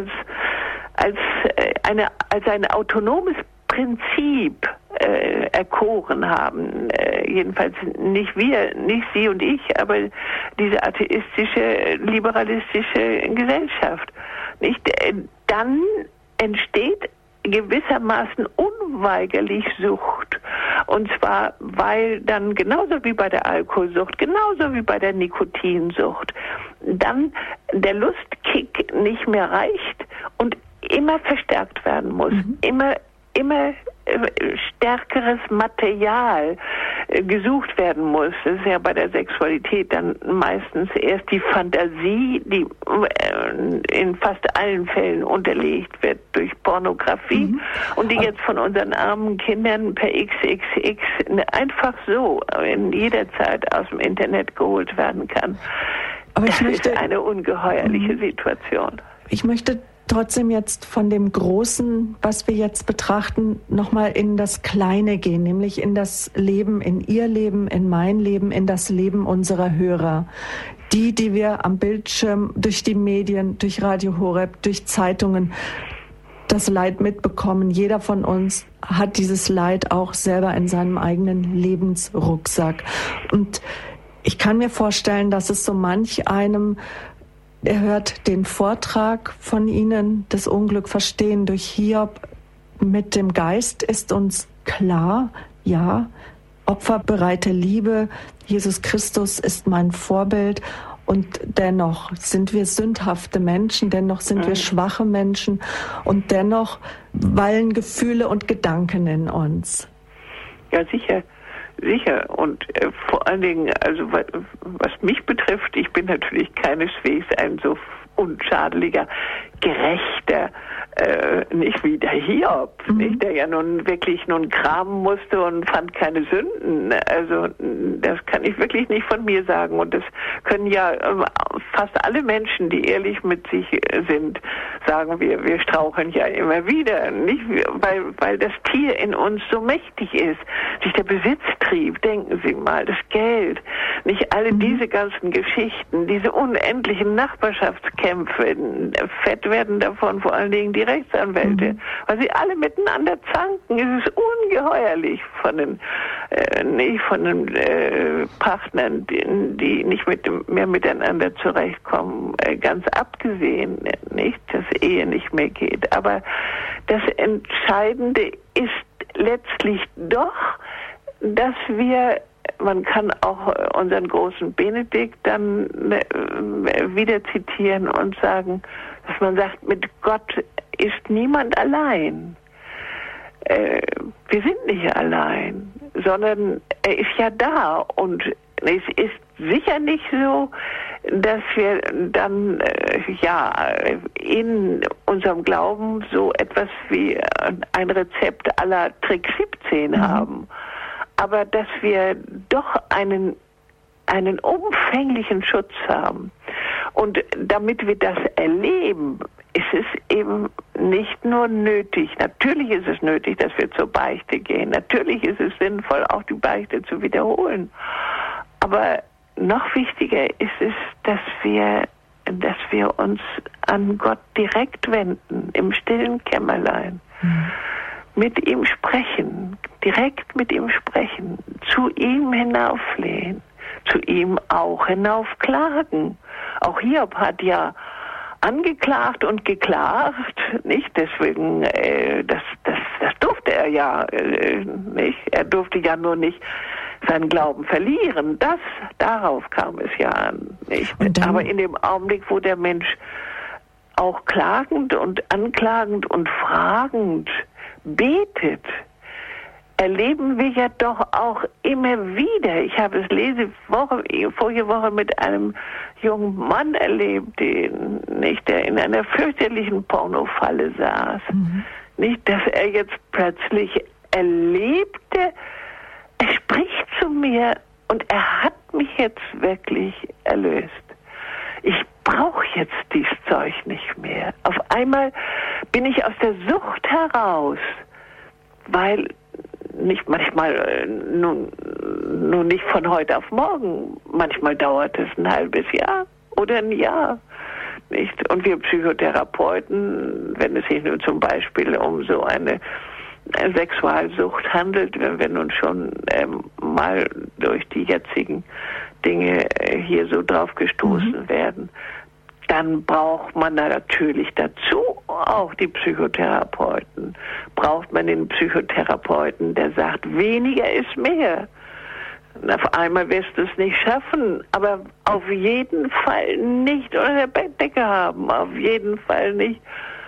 als ein autonomes Prinzip erkoren haben, jedenfalls nicht wir, nicht Sie und ich, aber diese atheistische, liberalistische Gesellschaft. Nicht? Dann entsteht gewissermaßen unweigerlich Sucht. Und zwar, weil dann genauso wie bei der Alkoholsucht, genauso wie bei der Nikotinsucht, dann der Lustkick nicht mehr reicht und immer verstärkt werden muss. Immer stärkeres Material gesucht werden muss. Das ist ja bei der Sexualität dann meistens erst die Fantasie, die in fast allen Fällen unterlegt wird durch Pornografie und die jetzt von unseren armen Kindern per XXX einfach so in jeder Zeit aus dem Internet geholt werden kann. Aber das ist eine ungeheuerliche Situation. Ich möchte trotzdem jetzt von dem Großen, was wir jetzt betrachten, nochmal in das Kleine gehen, nämlich in das Leben, in Ihr Leben, in mein Leben, in das Leben unserer Hörer. Die wir am Bildschirm, durch die Medien, durch Radio Horeb, durch Zeitungen das Leid mitbekommen. Jeder von uns hat dieses Leid auch selber in seinem eigenen Lebensrucksack. Und ich kann mir vorstellen, dass es so manch einem, er hört den Vortrag von Ihnen, das Unglück verstehen durch Hiob. Mit dem Geist ist uns klar, ja, opferbereite Liebe, Jesus Christus ist mein Vorbild. Und dennoch sind wir sündhafte Menschen, dennoch sind wir schwache Menschen und dennoch wallen Gefühle und Gedanken in uns. Ja, sicher. Sicher. Und vor allen Dingen, also was mich betrifft, ich bin natürlich keineswegs ein so unschadeliger, gerechter, nicht wie der Hiob, nicht, der ja nun wirklich kramen musste und fand keine Sünden. Also das kann ich wirklich nicht von mir sagen. Und das können ja fast alle Menschen, die ehrlich mit sich sind, sagen wir straucheln ja immer wieder, nicht, weil das Tier in uns so mächtig ist. Sich der Besitztrieb, denken Sie mal, das Geld, nicht alle diese ganzen Geschichten, diese unendlichen Nachbarschaftskämpfe, fett werden davon vor allen Dingen die Rechtsanwälte, weil sie alle miteinander zanken. Es ist ungeheuerlich von den Partnern, die nicht mehr miteinander zurechtkommen, ganz abgesehen, nicht, dass Ehe nicht mehr geht. Aber das Entscheidende ist letztlich doch, dass man kann auch unseren großen Benedikt dann wieder zitieren und sagen, dass man sagt, mit Gott ist niemand allein. Wir sind nicht allein, sondern er ist ja da und es ist sicher nicht so, dass wir dann in unserem Glauben so etwas wie ein Rezept à la Trick 17 haben, aber dass wir doch einen umfänglichen Schutz haben. Und damit wir das erleben, ist es eben nicht nur nötig, natürlich ist es nötig, dass wir zur Beichte gehen, natürlich ist es sinnvoll, auch die Beichte zu wiederholen, aber noch wichtiger ist es, dass wir uns an Gott direkt wenden, im stillen Kämmerlein, mit ihm sprechen, direkt mit ihm sprechen, zu ihm hinauflehen, zu ihm auch hinaufklagen. Auch Hiob hat ja angeklagt und geklagt, nicht? Deswegen, das durfte er ja nicht. Er durfte ja nur nicht seinen Glauben verlieren. Darauf kam es ja an, nicht? Aber in dem Augenblick, wo der Mensch auch klagend und anklagend und fragend betet, erleben wir ja doch auch immer wieder. Ich habe es vorige Woche mit einem jungen Mann erlebt, der in einer fürchterlichen Pornofalle saß. Nicht, dass er jetzt plötzlich erlebte, er spricht zu mir und er hat mich jetzt wirklich erlöst. Ich brauche jetzt dieses Zeug nicht mehr. Auf einmal bin ich aus der Sucht heraus, weil nicht manchmal, nun nicht von heute auf morgen. Manchmal dauert es ein halbes Jahr oder ein Jahr. Nicht? Und wir Psychotherapeuten, wenn es sich nun zum Beispiel um so eine Sexualsucht handelt, wenn wir nun schon mal durch die jetzigen Dinge hier so drauf gestoßen werden, dann braucht man natürlich dazu auch die Psychotherapeuten. Braucht man den Psychotherapeuten, der sagt, weniger ist mehr. Und auf einmal wirst du es nicht schaffen, aber auf jeden Fall nicht unter der Bettdecke haben, auf jeden Fall nicht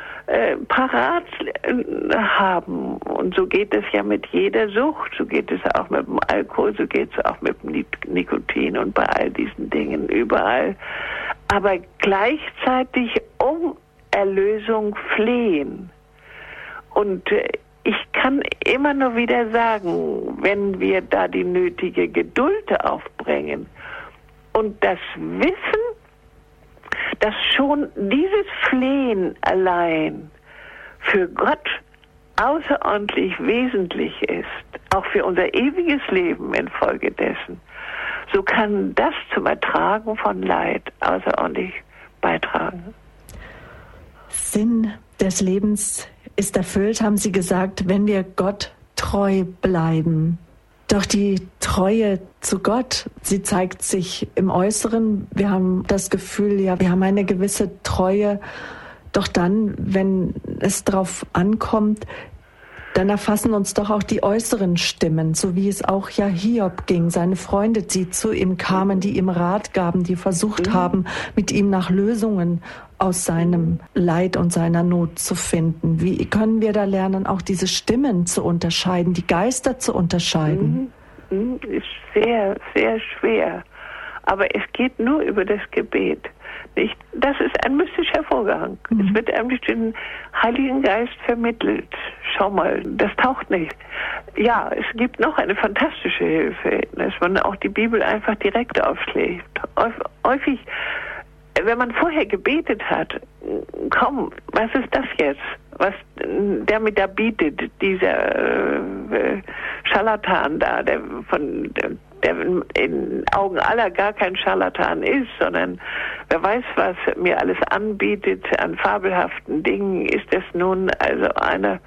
parat haben. Und so geht es ja mit jeder Sucht, so geht es auch mit dem Alkohol, so geht es auch mit dem Nikotin und bei all diesen Dingen überall. Aber gleichzeitig um Erlösung flehen. Und ich kann immer nur wieder sagen, wenn wir da die nötige Geduld aufbringen und das Wissen, dass schon dieses Flehen allein für Gott außerordentlich wesentlich ist, auch für unser ewiges Leben infolgedessen, so kann das zum Ertragen von Leid außerordentlich beitragen. Sinn des Lebens ist erfüllt, haben Sie gesagt, wenn wir Gott treu bleiben. Doch die Treue zu Gott, sie zeigt sich im Äußeren. Wir haben das Gefühl, ja, wir haben eine gewisse Treue. Doch dann, wenn es darauf ankommt, dann erfassen uns doch auch die äußeren Stimmen, so wie es auch ja Hiob ging. Seine Freunde, die zu ihm kamen, die ihm Rat gaben, die versucht haben, mit ihm nach Lösungen aus seinem Leid und seiner Not zu finden. Wie können wir da lernen, auch diese Stimmen zu unterscheiden, die Geister zu unterscheiden? Ist sehr, sehr schwer. Aber es geht nur über das Gebet. Nicht? Das ist ein mystischer Vorgang. Es wird einem durch den Heiligen Geist vermittelt. Schau mal, das taucht nicht. Ja, es gibt noch eine fantastische Hilfe, dass man auch die Bibel einfach direkt aufschlägt. Häufig, wenn man vorher gebetet hat, komm, was ist das jetzt? Was der mir da bietet, dieser Scharlatan da, der in Augen aller gar kein Scharlatan ist, sondern wer weiß, was mir alles anbietet an fabelhaften Dingen, ist es nun also eine,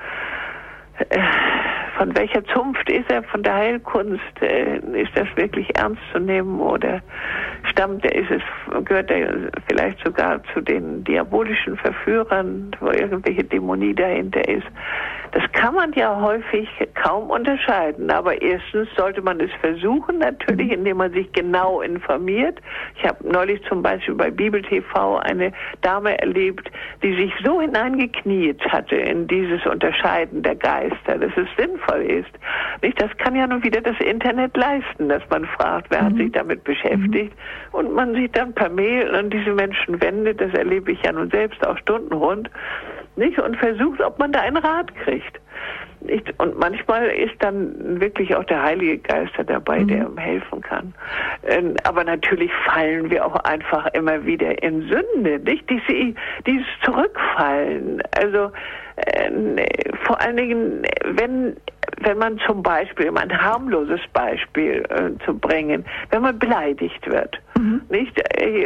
von welcher Zunft ist er, von der Heilkunst, ist das wirklich ernst zu nehmen oder gehört er vielleicht sogar zu den diabolischen Verführern, wo irgendwelche Dämonie dahinter ist. Das kann man ja häufig kaum unterscheiden, aber erstens sollte man es versuchen, natürlich, indem man sich genau informiert. Ich habe neulich zum Beispiel bei Bibel TV eine Dame erlebt, die sich so hineingekniet hatte in dieses Unterscheiden der Geister, dass es sinnvoll ist. Nicht? Das kann ja nun wieder das Internet leisten, dass man fragt, wer hat sich damit beschäftigt und man sich dann per Mail an diese Menschen wendet, das erlebe ich ja nun selbst auch stundenrund, nicht? Und versucht, ob man da einen Rat kriegt. Nicht? Und manchmal ist dann wirklich auch der Heilige Geist dabei, der ihm helfen kann. Aber natürlich fallen wir auch einfach immer wieder in Sünde, nicht? Dieses Zurückfallen. Also vor allen Dingen, wenn man zum Beispiel, um ein harmloses Beispiel zu bringen, wenn man beleidigt wird, nicht?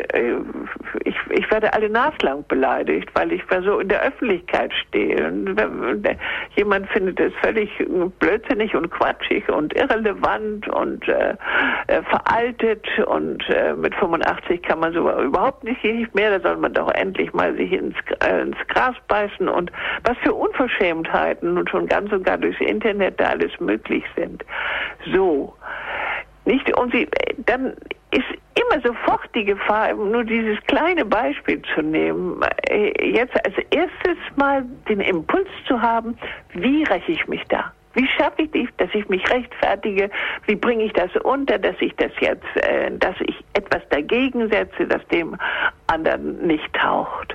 Ich werde alle naslang beleidigt, weil ich so in der Öffentlichkeit stehe. Und jemand findet es völlig blödsinnig und quatschig und irrelevant und veraltet und mit 85 kann man so überhaupt nicht mehr. Da soll man doch endlich mal sich ins Gras beißen und was für Unverschämtheiten und schon ganz und gar durchs Internet da alles möglich sind. So. Nicht? Und dann ist immer sofort die Gefahr, nur dieses kleine Beispiel zu nehmen, jetzt als erstes mal den Impuls zu haben, wie räche ich mich da? Wie schaffe ich, dass ich mich rechtfertige? Wie bringe ich das unter, dass ich etwas dagegen setze, das dem anderen nicht taucht?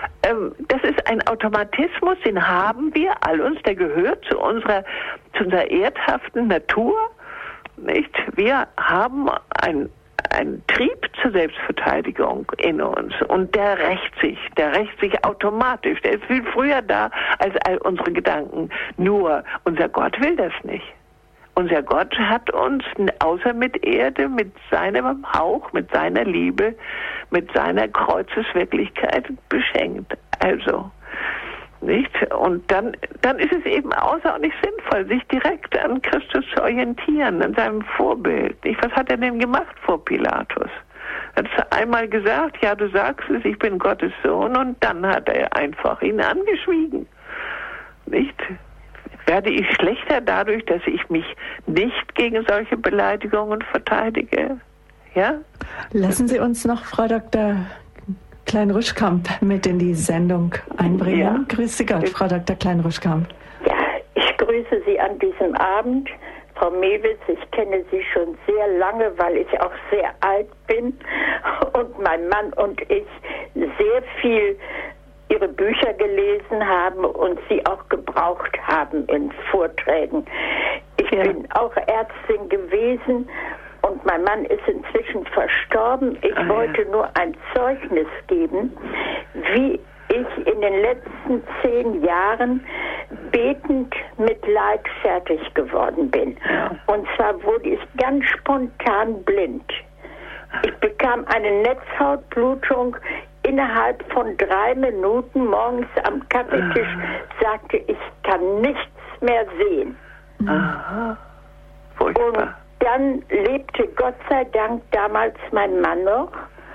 Das ist ein Automatismus, den haben wir all uns, der gehört zu unserer erdhaften Natur. Nicht? Wir haben einen Trieb zur Selbstverteidigung in uns und der rächt sich automatisch. Der ist viel früher da als all unsere Gedanken. Nur unser Gott will das nicht. Unser Gott hat uns außer mit Erde, mit seinem Hauch, mit seiner Liebe, mit seiner Kreuzeswirklichkeit beschenkt. Also, nicht? Und dann ist es eben außerordentlich sinnvoll, sich direkt an Christus zu orientieren, an seinem Vorbild. Nicht? Was hat er denn gemacht vor Pilatus? Er hat einmal gesagt, ja, du sagst es, ich bin Gottes Sohn, und dann hat er einfach ihn angeschwiegen. Nicht? Werde ich schlechter dadurch, dass ich mich nicht gegen solche Beleidigungen verteidige? Ja? Lassen Sie uns noch Frau Dr. Klein-Ruschkamp mit in die Sendung einbringen. Ja. Grüße Gott, Frau Dr. Klein-Ruschkamp. Ja, ich grüße Sie an diesem Abend. Frau Mewes, ich kenne Sie schon sehr lange, weil ich auch sehr alt bin und mein Mann und ich sehr viel Ihre Bücher gelesen haben und sie auch gebraucht haben in Vorträgen. Ich bin auch Ärztin gewesen und mein Mann ist inzwischen verstorben. Ich wollte nur ein Zeugnis geben, wie ich in den letzten 10 Jahren betend mit Leid fertig geworden bin. Und zwar wurde ich ganz spontan blind. Ich bekam eine Netzhautblutung. Innerhalb von 3 Minuten morgens am Kaffeetisch sagte ich, kann nichts mehr sehen. Aha. Und dann lebte Gott sei Dank damals mein Mann noch.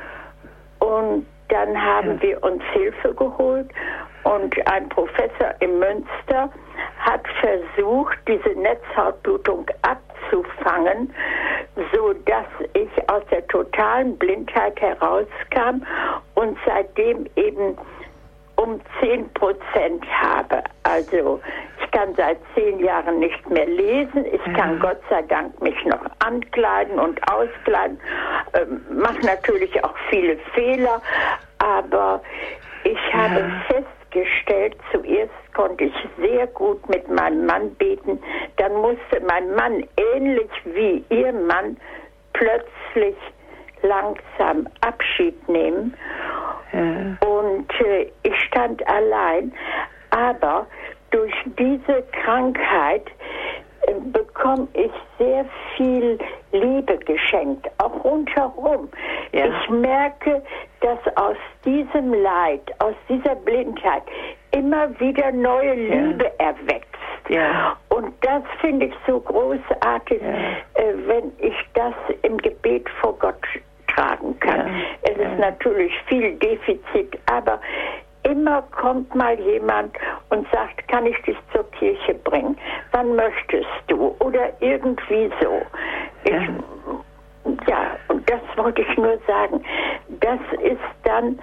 Und dann haben wir uns Hilfe geholt. Und ein Professor in Münster hat versucht, diese Netzhautblutung abzufangen, so dass ich aus der totalen Blindheit herauskam und seitdem eben um 10% habe. Also ich kann seit 10 Jahren nicht mehr lesen. Ich kann Gott sei Dank mich noch ankleiden und auskleiden. Mache natürlich auch viele Fehler, aber ich habe festgestellt, zuerst konnte ich sehr gut mit meinem Mann beten. Dann musste mein Mann, ähnlich wie Ihr Mann, plötzlich langsam Abschied nehmen. Und ich stand allein. Aber durch diese Krankheit bekomme ich sehr viel Liebe geschenkt, auch rundherum. Ja. Ich merke, dass aus diesem Leid, aus dieser Blindheit immer wieder neue Liebe erwächst. Ja. Und das finde ich so großartig, wenn ich das im Gebet vor Gott tragen kann. Es ist natürlich viel Defizit, aber immer kommt mal jemand und sagt, kann ich dich zur Kirche bringen? Wann möchtest du? Oder irgendwie so. Und das wollte ich nur sagen. Das ist dann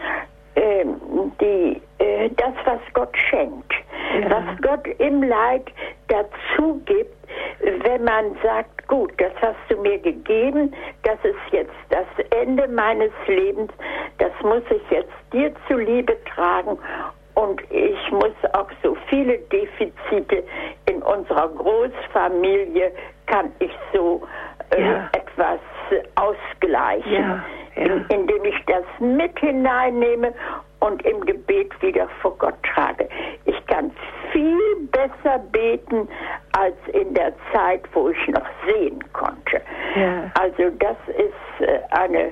das, was Gott schenkt. Was Gott im Leid dazu gibt, wenn man sagt, gut, das hast du mir gegeben, das ist jetzt das Ende meines Lebens, das muss ich jetzt dir zuliebe tragen und ich muss auch so viele Defizite in unserer Großfamilie, kann ich so etwas ausgleichen, indem ich das mit hineinnehme und im Gebet wieder vor Gott trage. Ich kann viel besser beten als in der Zeit, wo ich noch sehen konnte. Ja. Also das ist eine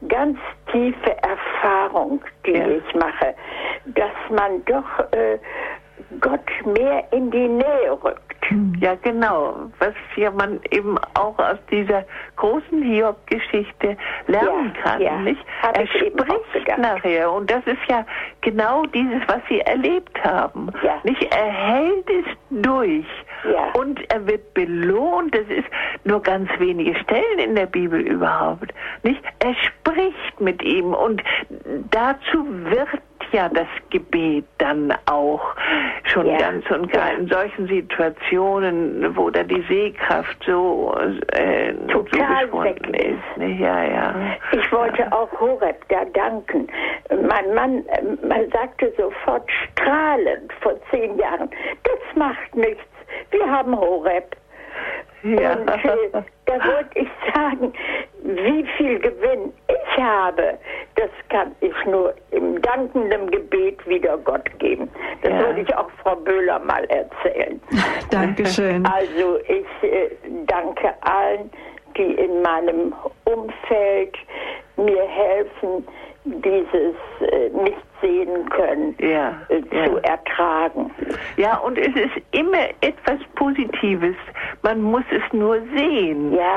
ganz tiefe Erfahrung, die ich mache, dass man doch Gott mehr in die Nähe rückt. Ja, genau. Was ja man eben auch aus dieser großen Hiob-Geschichte lernen kann, nicht? Er spricht nachher. Und das ist ja genau dieses, was sie erlebt haben. Ja. Nicht? Er hält es durch. Ja. Und er wird belohnt. Das ist nur ganz wenige Stellen in der Bibel überhaupt. Nicht? Er spricht mit ihm. Und dazu wird ja das Gebet dann auch schon ganz und gar in solchen Situationen, wo da die Sehkraft so total so weg ist. Ja. Ich wollte auch Horeb da danken. Mein Mann, man sagte sofort strahlend vor 10 Jahren, das macht nichts, wir haben Horeb. Ja. Und da wollte ich sagen, wie viel Gewinn ich habe, das kann ich nur im dankenden Gebet wieder Gott geben. Das wollte ich auch Frau Böhler mal erzählen. Dankeschön. Also ich danke allen, die in meinem Umfeld mir helfen, dieses nicht sehen können, zu ertragen. Ja, und es ist immer etwas Positives. Man muss es nur sehen. Ja,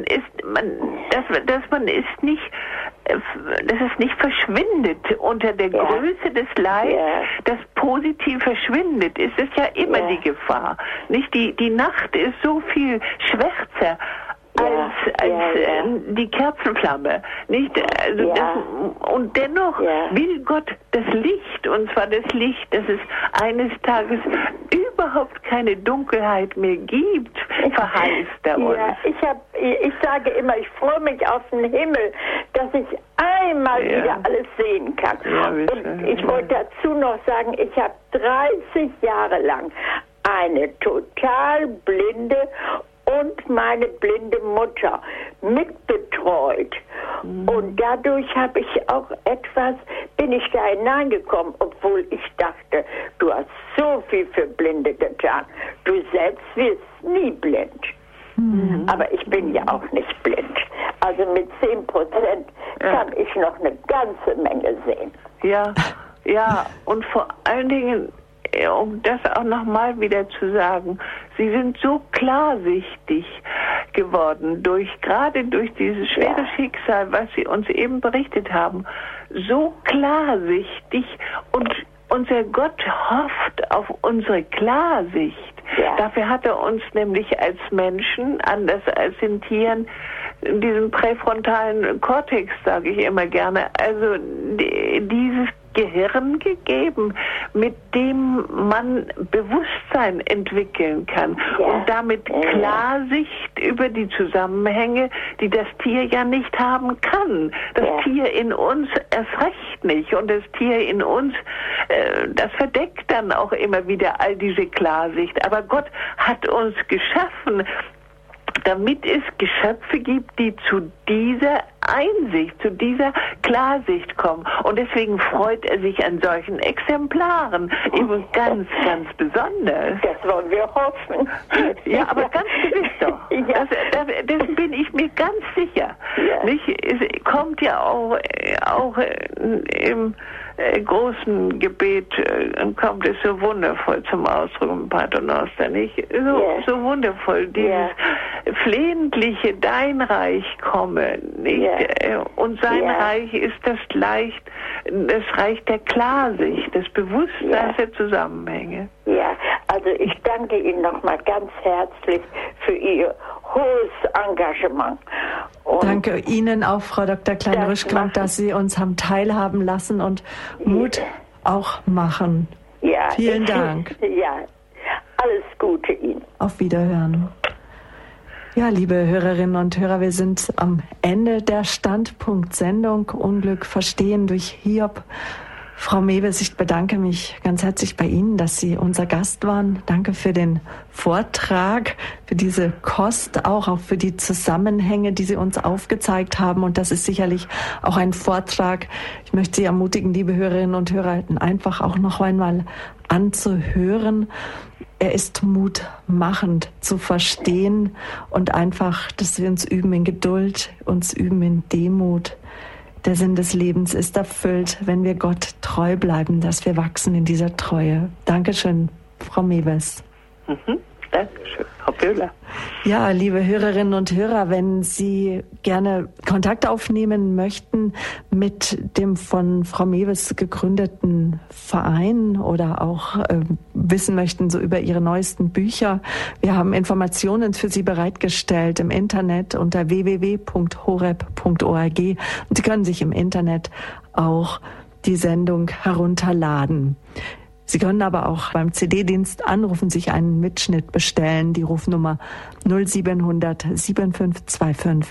dass es nicht verschwindet unter der Größe des Leids, das positiv verschwindet, ist es ja immer die Gefahr. Nicht die Nacht ist so viel schwärzer als die Kerzenflamme, nicht? Also und dennoch will Gott das Licht, und zwar das Licht, dass es eines Tages überhaupt keine Dunkelheit mehr gibt, verheißt er uns. Ja, ich sage immer, ich freue mich auf den Himmel, dass ich einmal wieder alles sehen kann. Ja, und ich wollte dazu noch sagen, ich habe 30 Jahre lang eine total blinde und meine blinde Mutter mitbetreut. Und dadurch habe ich auch bin ich da hineingekommen, obwohl ich dachte, du hast so viel für Blinde getan. Du selbst wirst nie blind. Aber ich bin ja auch nicht blind. Also mit 10% kann ich noch eine ganze Menge sehen. Ja, und vor allen Dingen, um das auch nochmal wieder zu sagen, sie sind so klarsichtig geworden, gerade durch dieses schwere Schicksal, was sie uns eben berichtet haben, so klarsichtig, und unser Gott hofft auf unsere Klarsicht. Dafür hat er uns nämlich als Menschen, anders als den Tieren, in diesem präfrontalen Kortex, sage ich immer gerne, also dieses Gehirn gegeben, mit dem man Bewusstsein entwickeln kann und damit Klarsicht über die Zusammenhänge, die das Tier ja nicht haben kann. Das Tier in uns erst recht nicht, und das Tier in uns, das verdeckt dann auch immer wieder all diese Klarsicht. Aber Gott hat uns geschaffen, damit es Geschöpfe gibt, die zu dieser Einsicht, zu dieser Klarsicht kommen. Und deswegen freut er sich an solchen Exemplaren, eben ganz, ganz besonders. Das wollen wir hoffen. Ja, aber ganz gewiss doch. Das bin ich mir ganz sicher. Nicht? Es kommt ja auch im großen Gebet kommt es so wundervoll zum Ausdruck im Paternoster, nicht? So wundervoll, dieses flehentliche, dein Reich komme, nicht? Und sein Reich ist das Reich der Klarsicht, des Bewusstseins der Zusammenhänge. Ja, also ich danke Ihnen nochmal ganz herzlich für Ihr hohes Engagement. Und danke Ihnen auch, Frau Dr. Klein-Rüschkamp, dass Sie uns haben teilhaben lassen und Mut auch machen. Ja, vielen Dank. Ja, alles Gute Ihnen. Auf Wiederhören. Ja, liebe Hörerinnen und Hörer, wir sind am Ende der Standpunkt-Sendung Unglück verstehen durch Hiob. Frau Mewes, ich bedanke mich ganz herzlich bei Ihnen, dass Sie unser Gast waren. Danke für den Vortrag, für diese Kost, auch für die Zusammenhänge, die Sie uns aufgezeigt haben. Und das ist sicherlich auch ein Vortrag. Ich möchte Sie ermutigen, liebe Hörerinnen und Hörer, einfach auch noch einmal anzuhören. Er ist mutmachend zu verstehen und einfach, dass wir uns üben in Geduld, uns üben in Demut, Der Sinn des Lebens ist erfüllt, wenn wir Gott treu bleiben, dass wir wachsen in dieser Treue. Dankeschön, Frau Mewes. Dankeschön, Frau Böhler. Ja, liebe Hörerinnen und Hörer, wenn Sie gerne Kontakt aufnehmen möchten mit dem von Frau Mewes gegründeten Verein oder auch wissen möchten so über Ihre neuesten Bücher, wir haben Informationen für Sie bereitgestellt im Internet unter www.horeb.org und Sie können sich im Internet auch die Sendung herunterladen. Sie können aber auch beim CD-Dienst anrufen, sich einen Mitschnitt bestellen. Die Rufnummer 0700 7525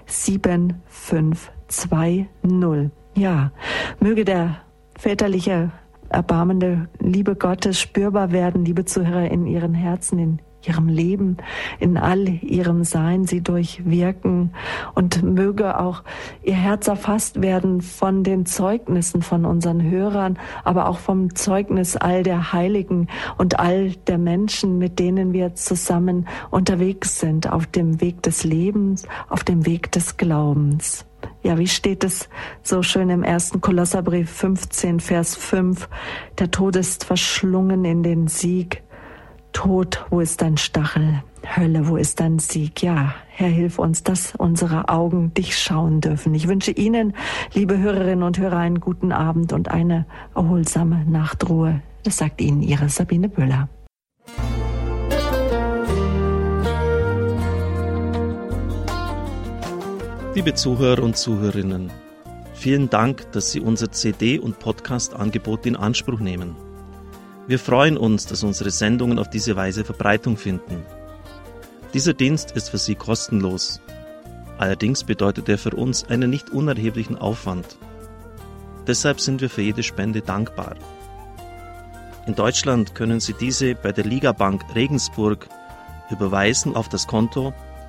7520. Ja, möge der väterliche, erbarmende Liebe Gottes spürbar werden, liebe Zuhörer, in Ihren Herzen, in Ihrem Leben, in all Ihrem Sein Sie durchwirken und möge auch Ihr Herz erfasst werden von den Zeugnissen von unseren Hörern, aber auch vom Zeugnis all der Heiligen und all der Menschen, mit denen wir zusammen unterwegs sind, auf dem Weg des Lebens, auf dem Weg des Glaubens. Ja, wie steht es so schön im 1. Kolosserbrief 15, Vers 5? Der Tod ist verschlungen in den Sieg. Tod, wo ist dein Stachel? Hölle, wo ist dein Sieg? Ja, Herr, hilf uns, dass unsere Augen dich schauen dürfen. Ich wünsche Ihnen, liebe Hörerinnen und Hörer, einen guten Abend und eine erholsame Nachtruhe. Das sagt Ihnen Ihre Sabine Böhler. Liebe Zuhörer und Zuhörerinnen, vielen Dank, dass Sie unser CD- und Podcast-Angebot in Anspruch nehmen. Wir freuen uns, dass unsere Sendungen auf diese Weise Verbreitung finden. Dieser Dienst ist für Sie kostenlos. Allerdings bedeutet er für uns einen nicht unerheblichen Aufwand. Deshalb sind wir für jede Spende dankbar. In Deutschland können Sie diese bei der Ligabank Regensburg überweisen auf das Konto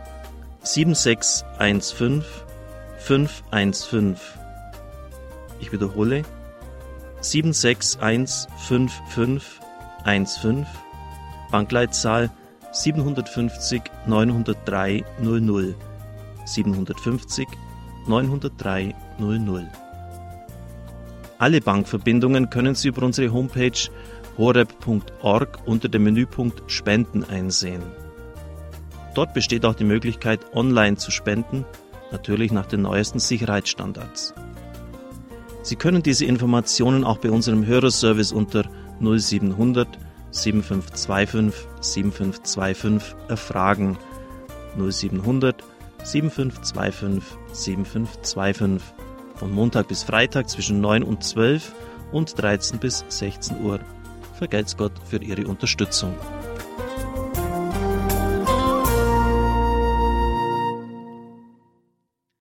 7615 515. Ich wiederhole 7615515, Bankleitzahl 750 903 00, 750 903 00. Alle Bankverbindungen können Sie über unsere Homepage horeb.org unter dem Menüpunkt Spenden einsehen. Dort besteht auch die Möglichkeit, online zu spenden, natürlich nach den neuesten Sicherheitsstandards. Sie können diese Informationen auch bei unserem Hörerservice unter 0700 7525 7525 erfragen. 0700 7525 7525 von Montag bis Freitag zwischen 9 und 12 und 13 bis 16 Uhr. Vergelt's Gott für Ihre Unterstützung.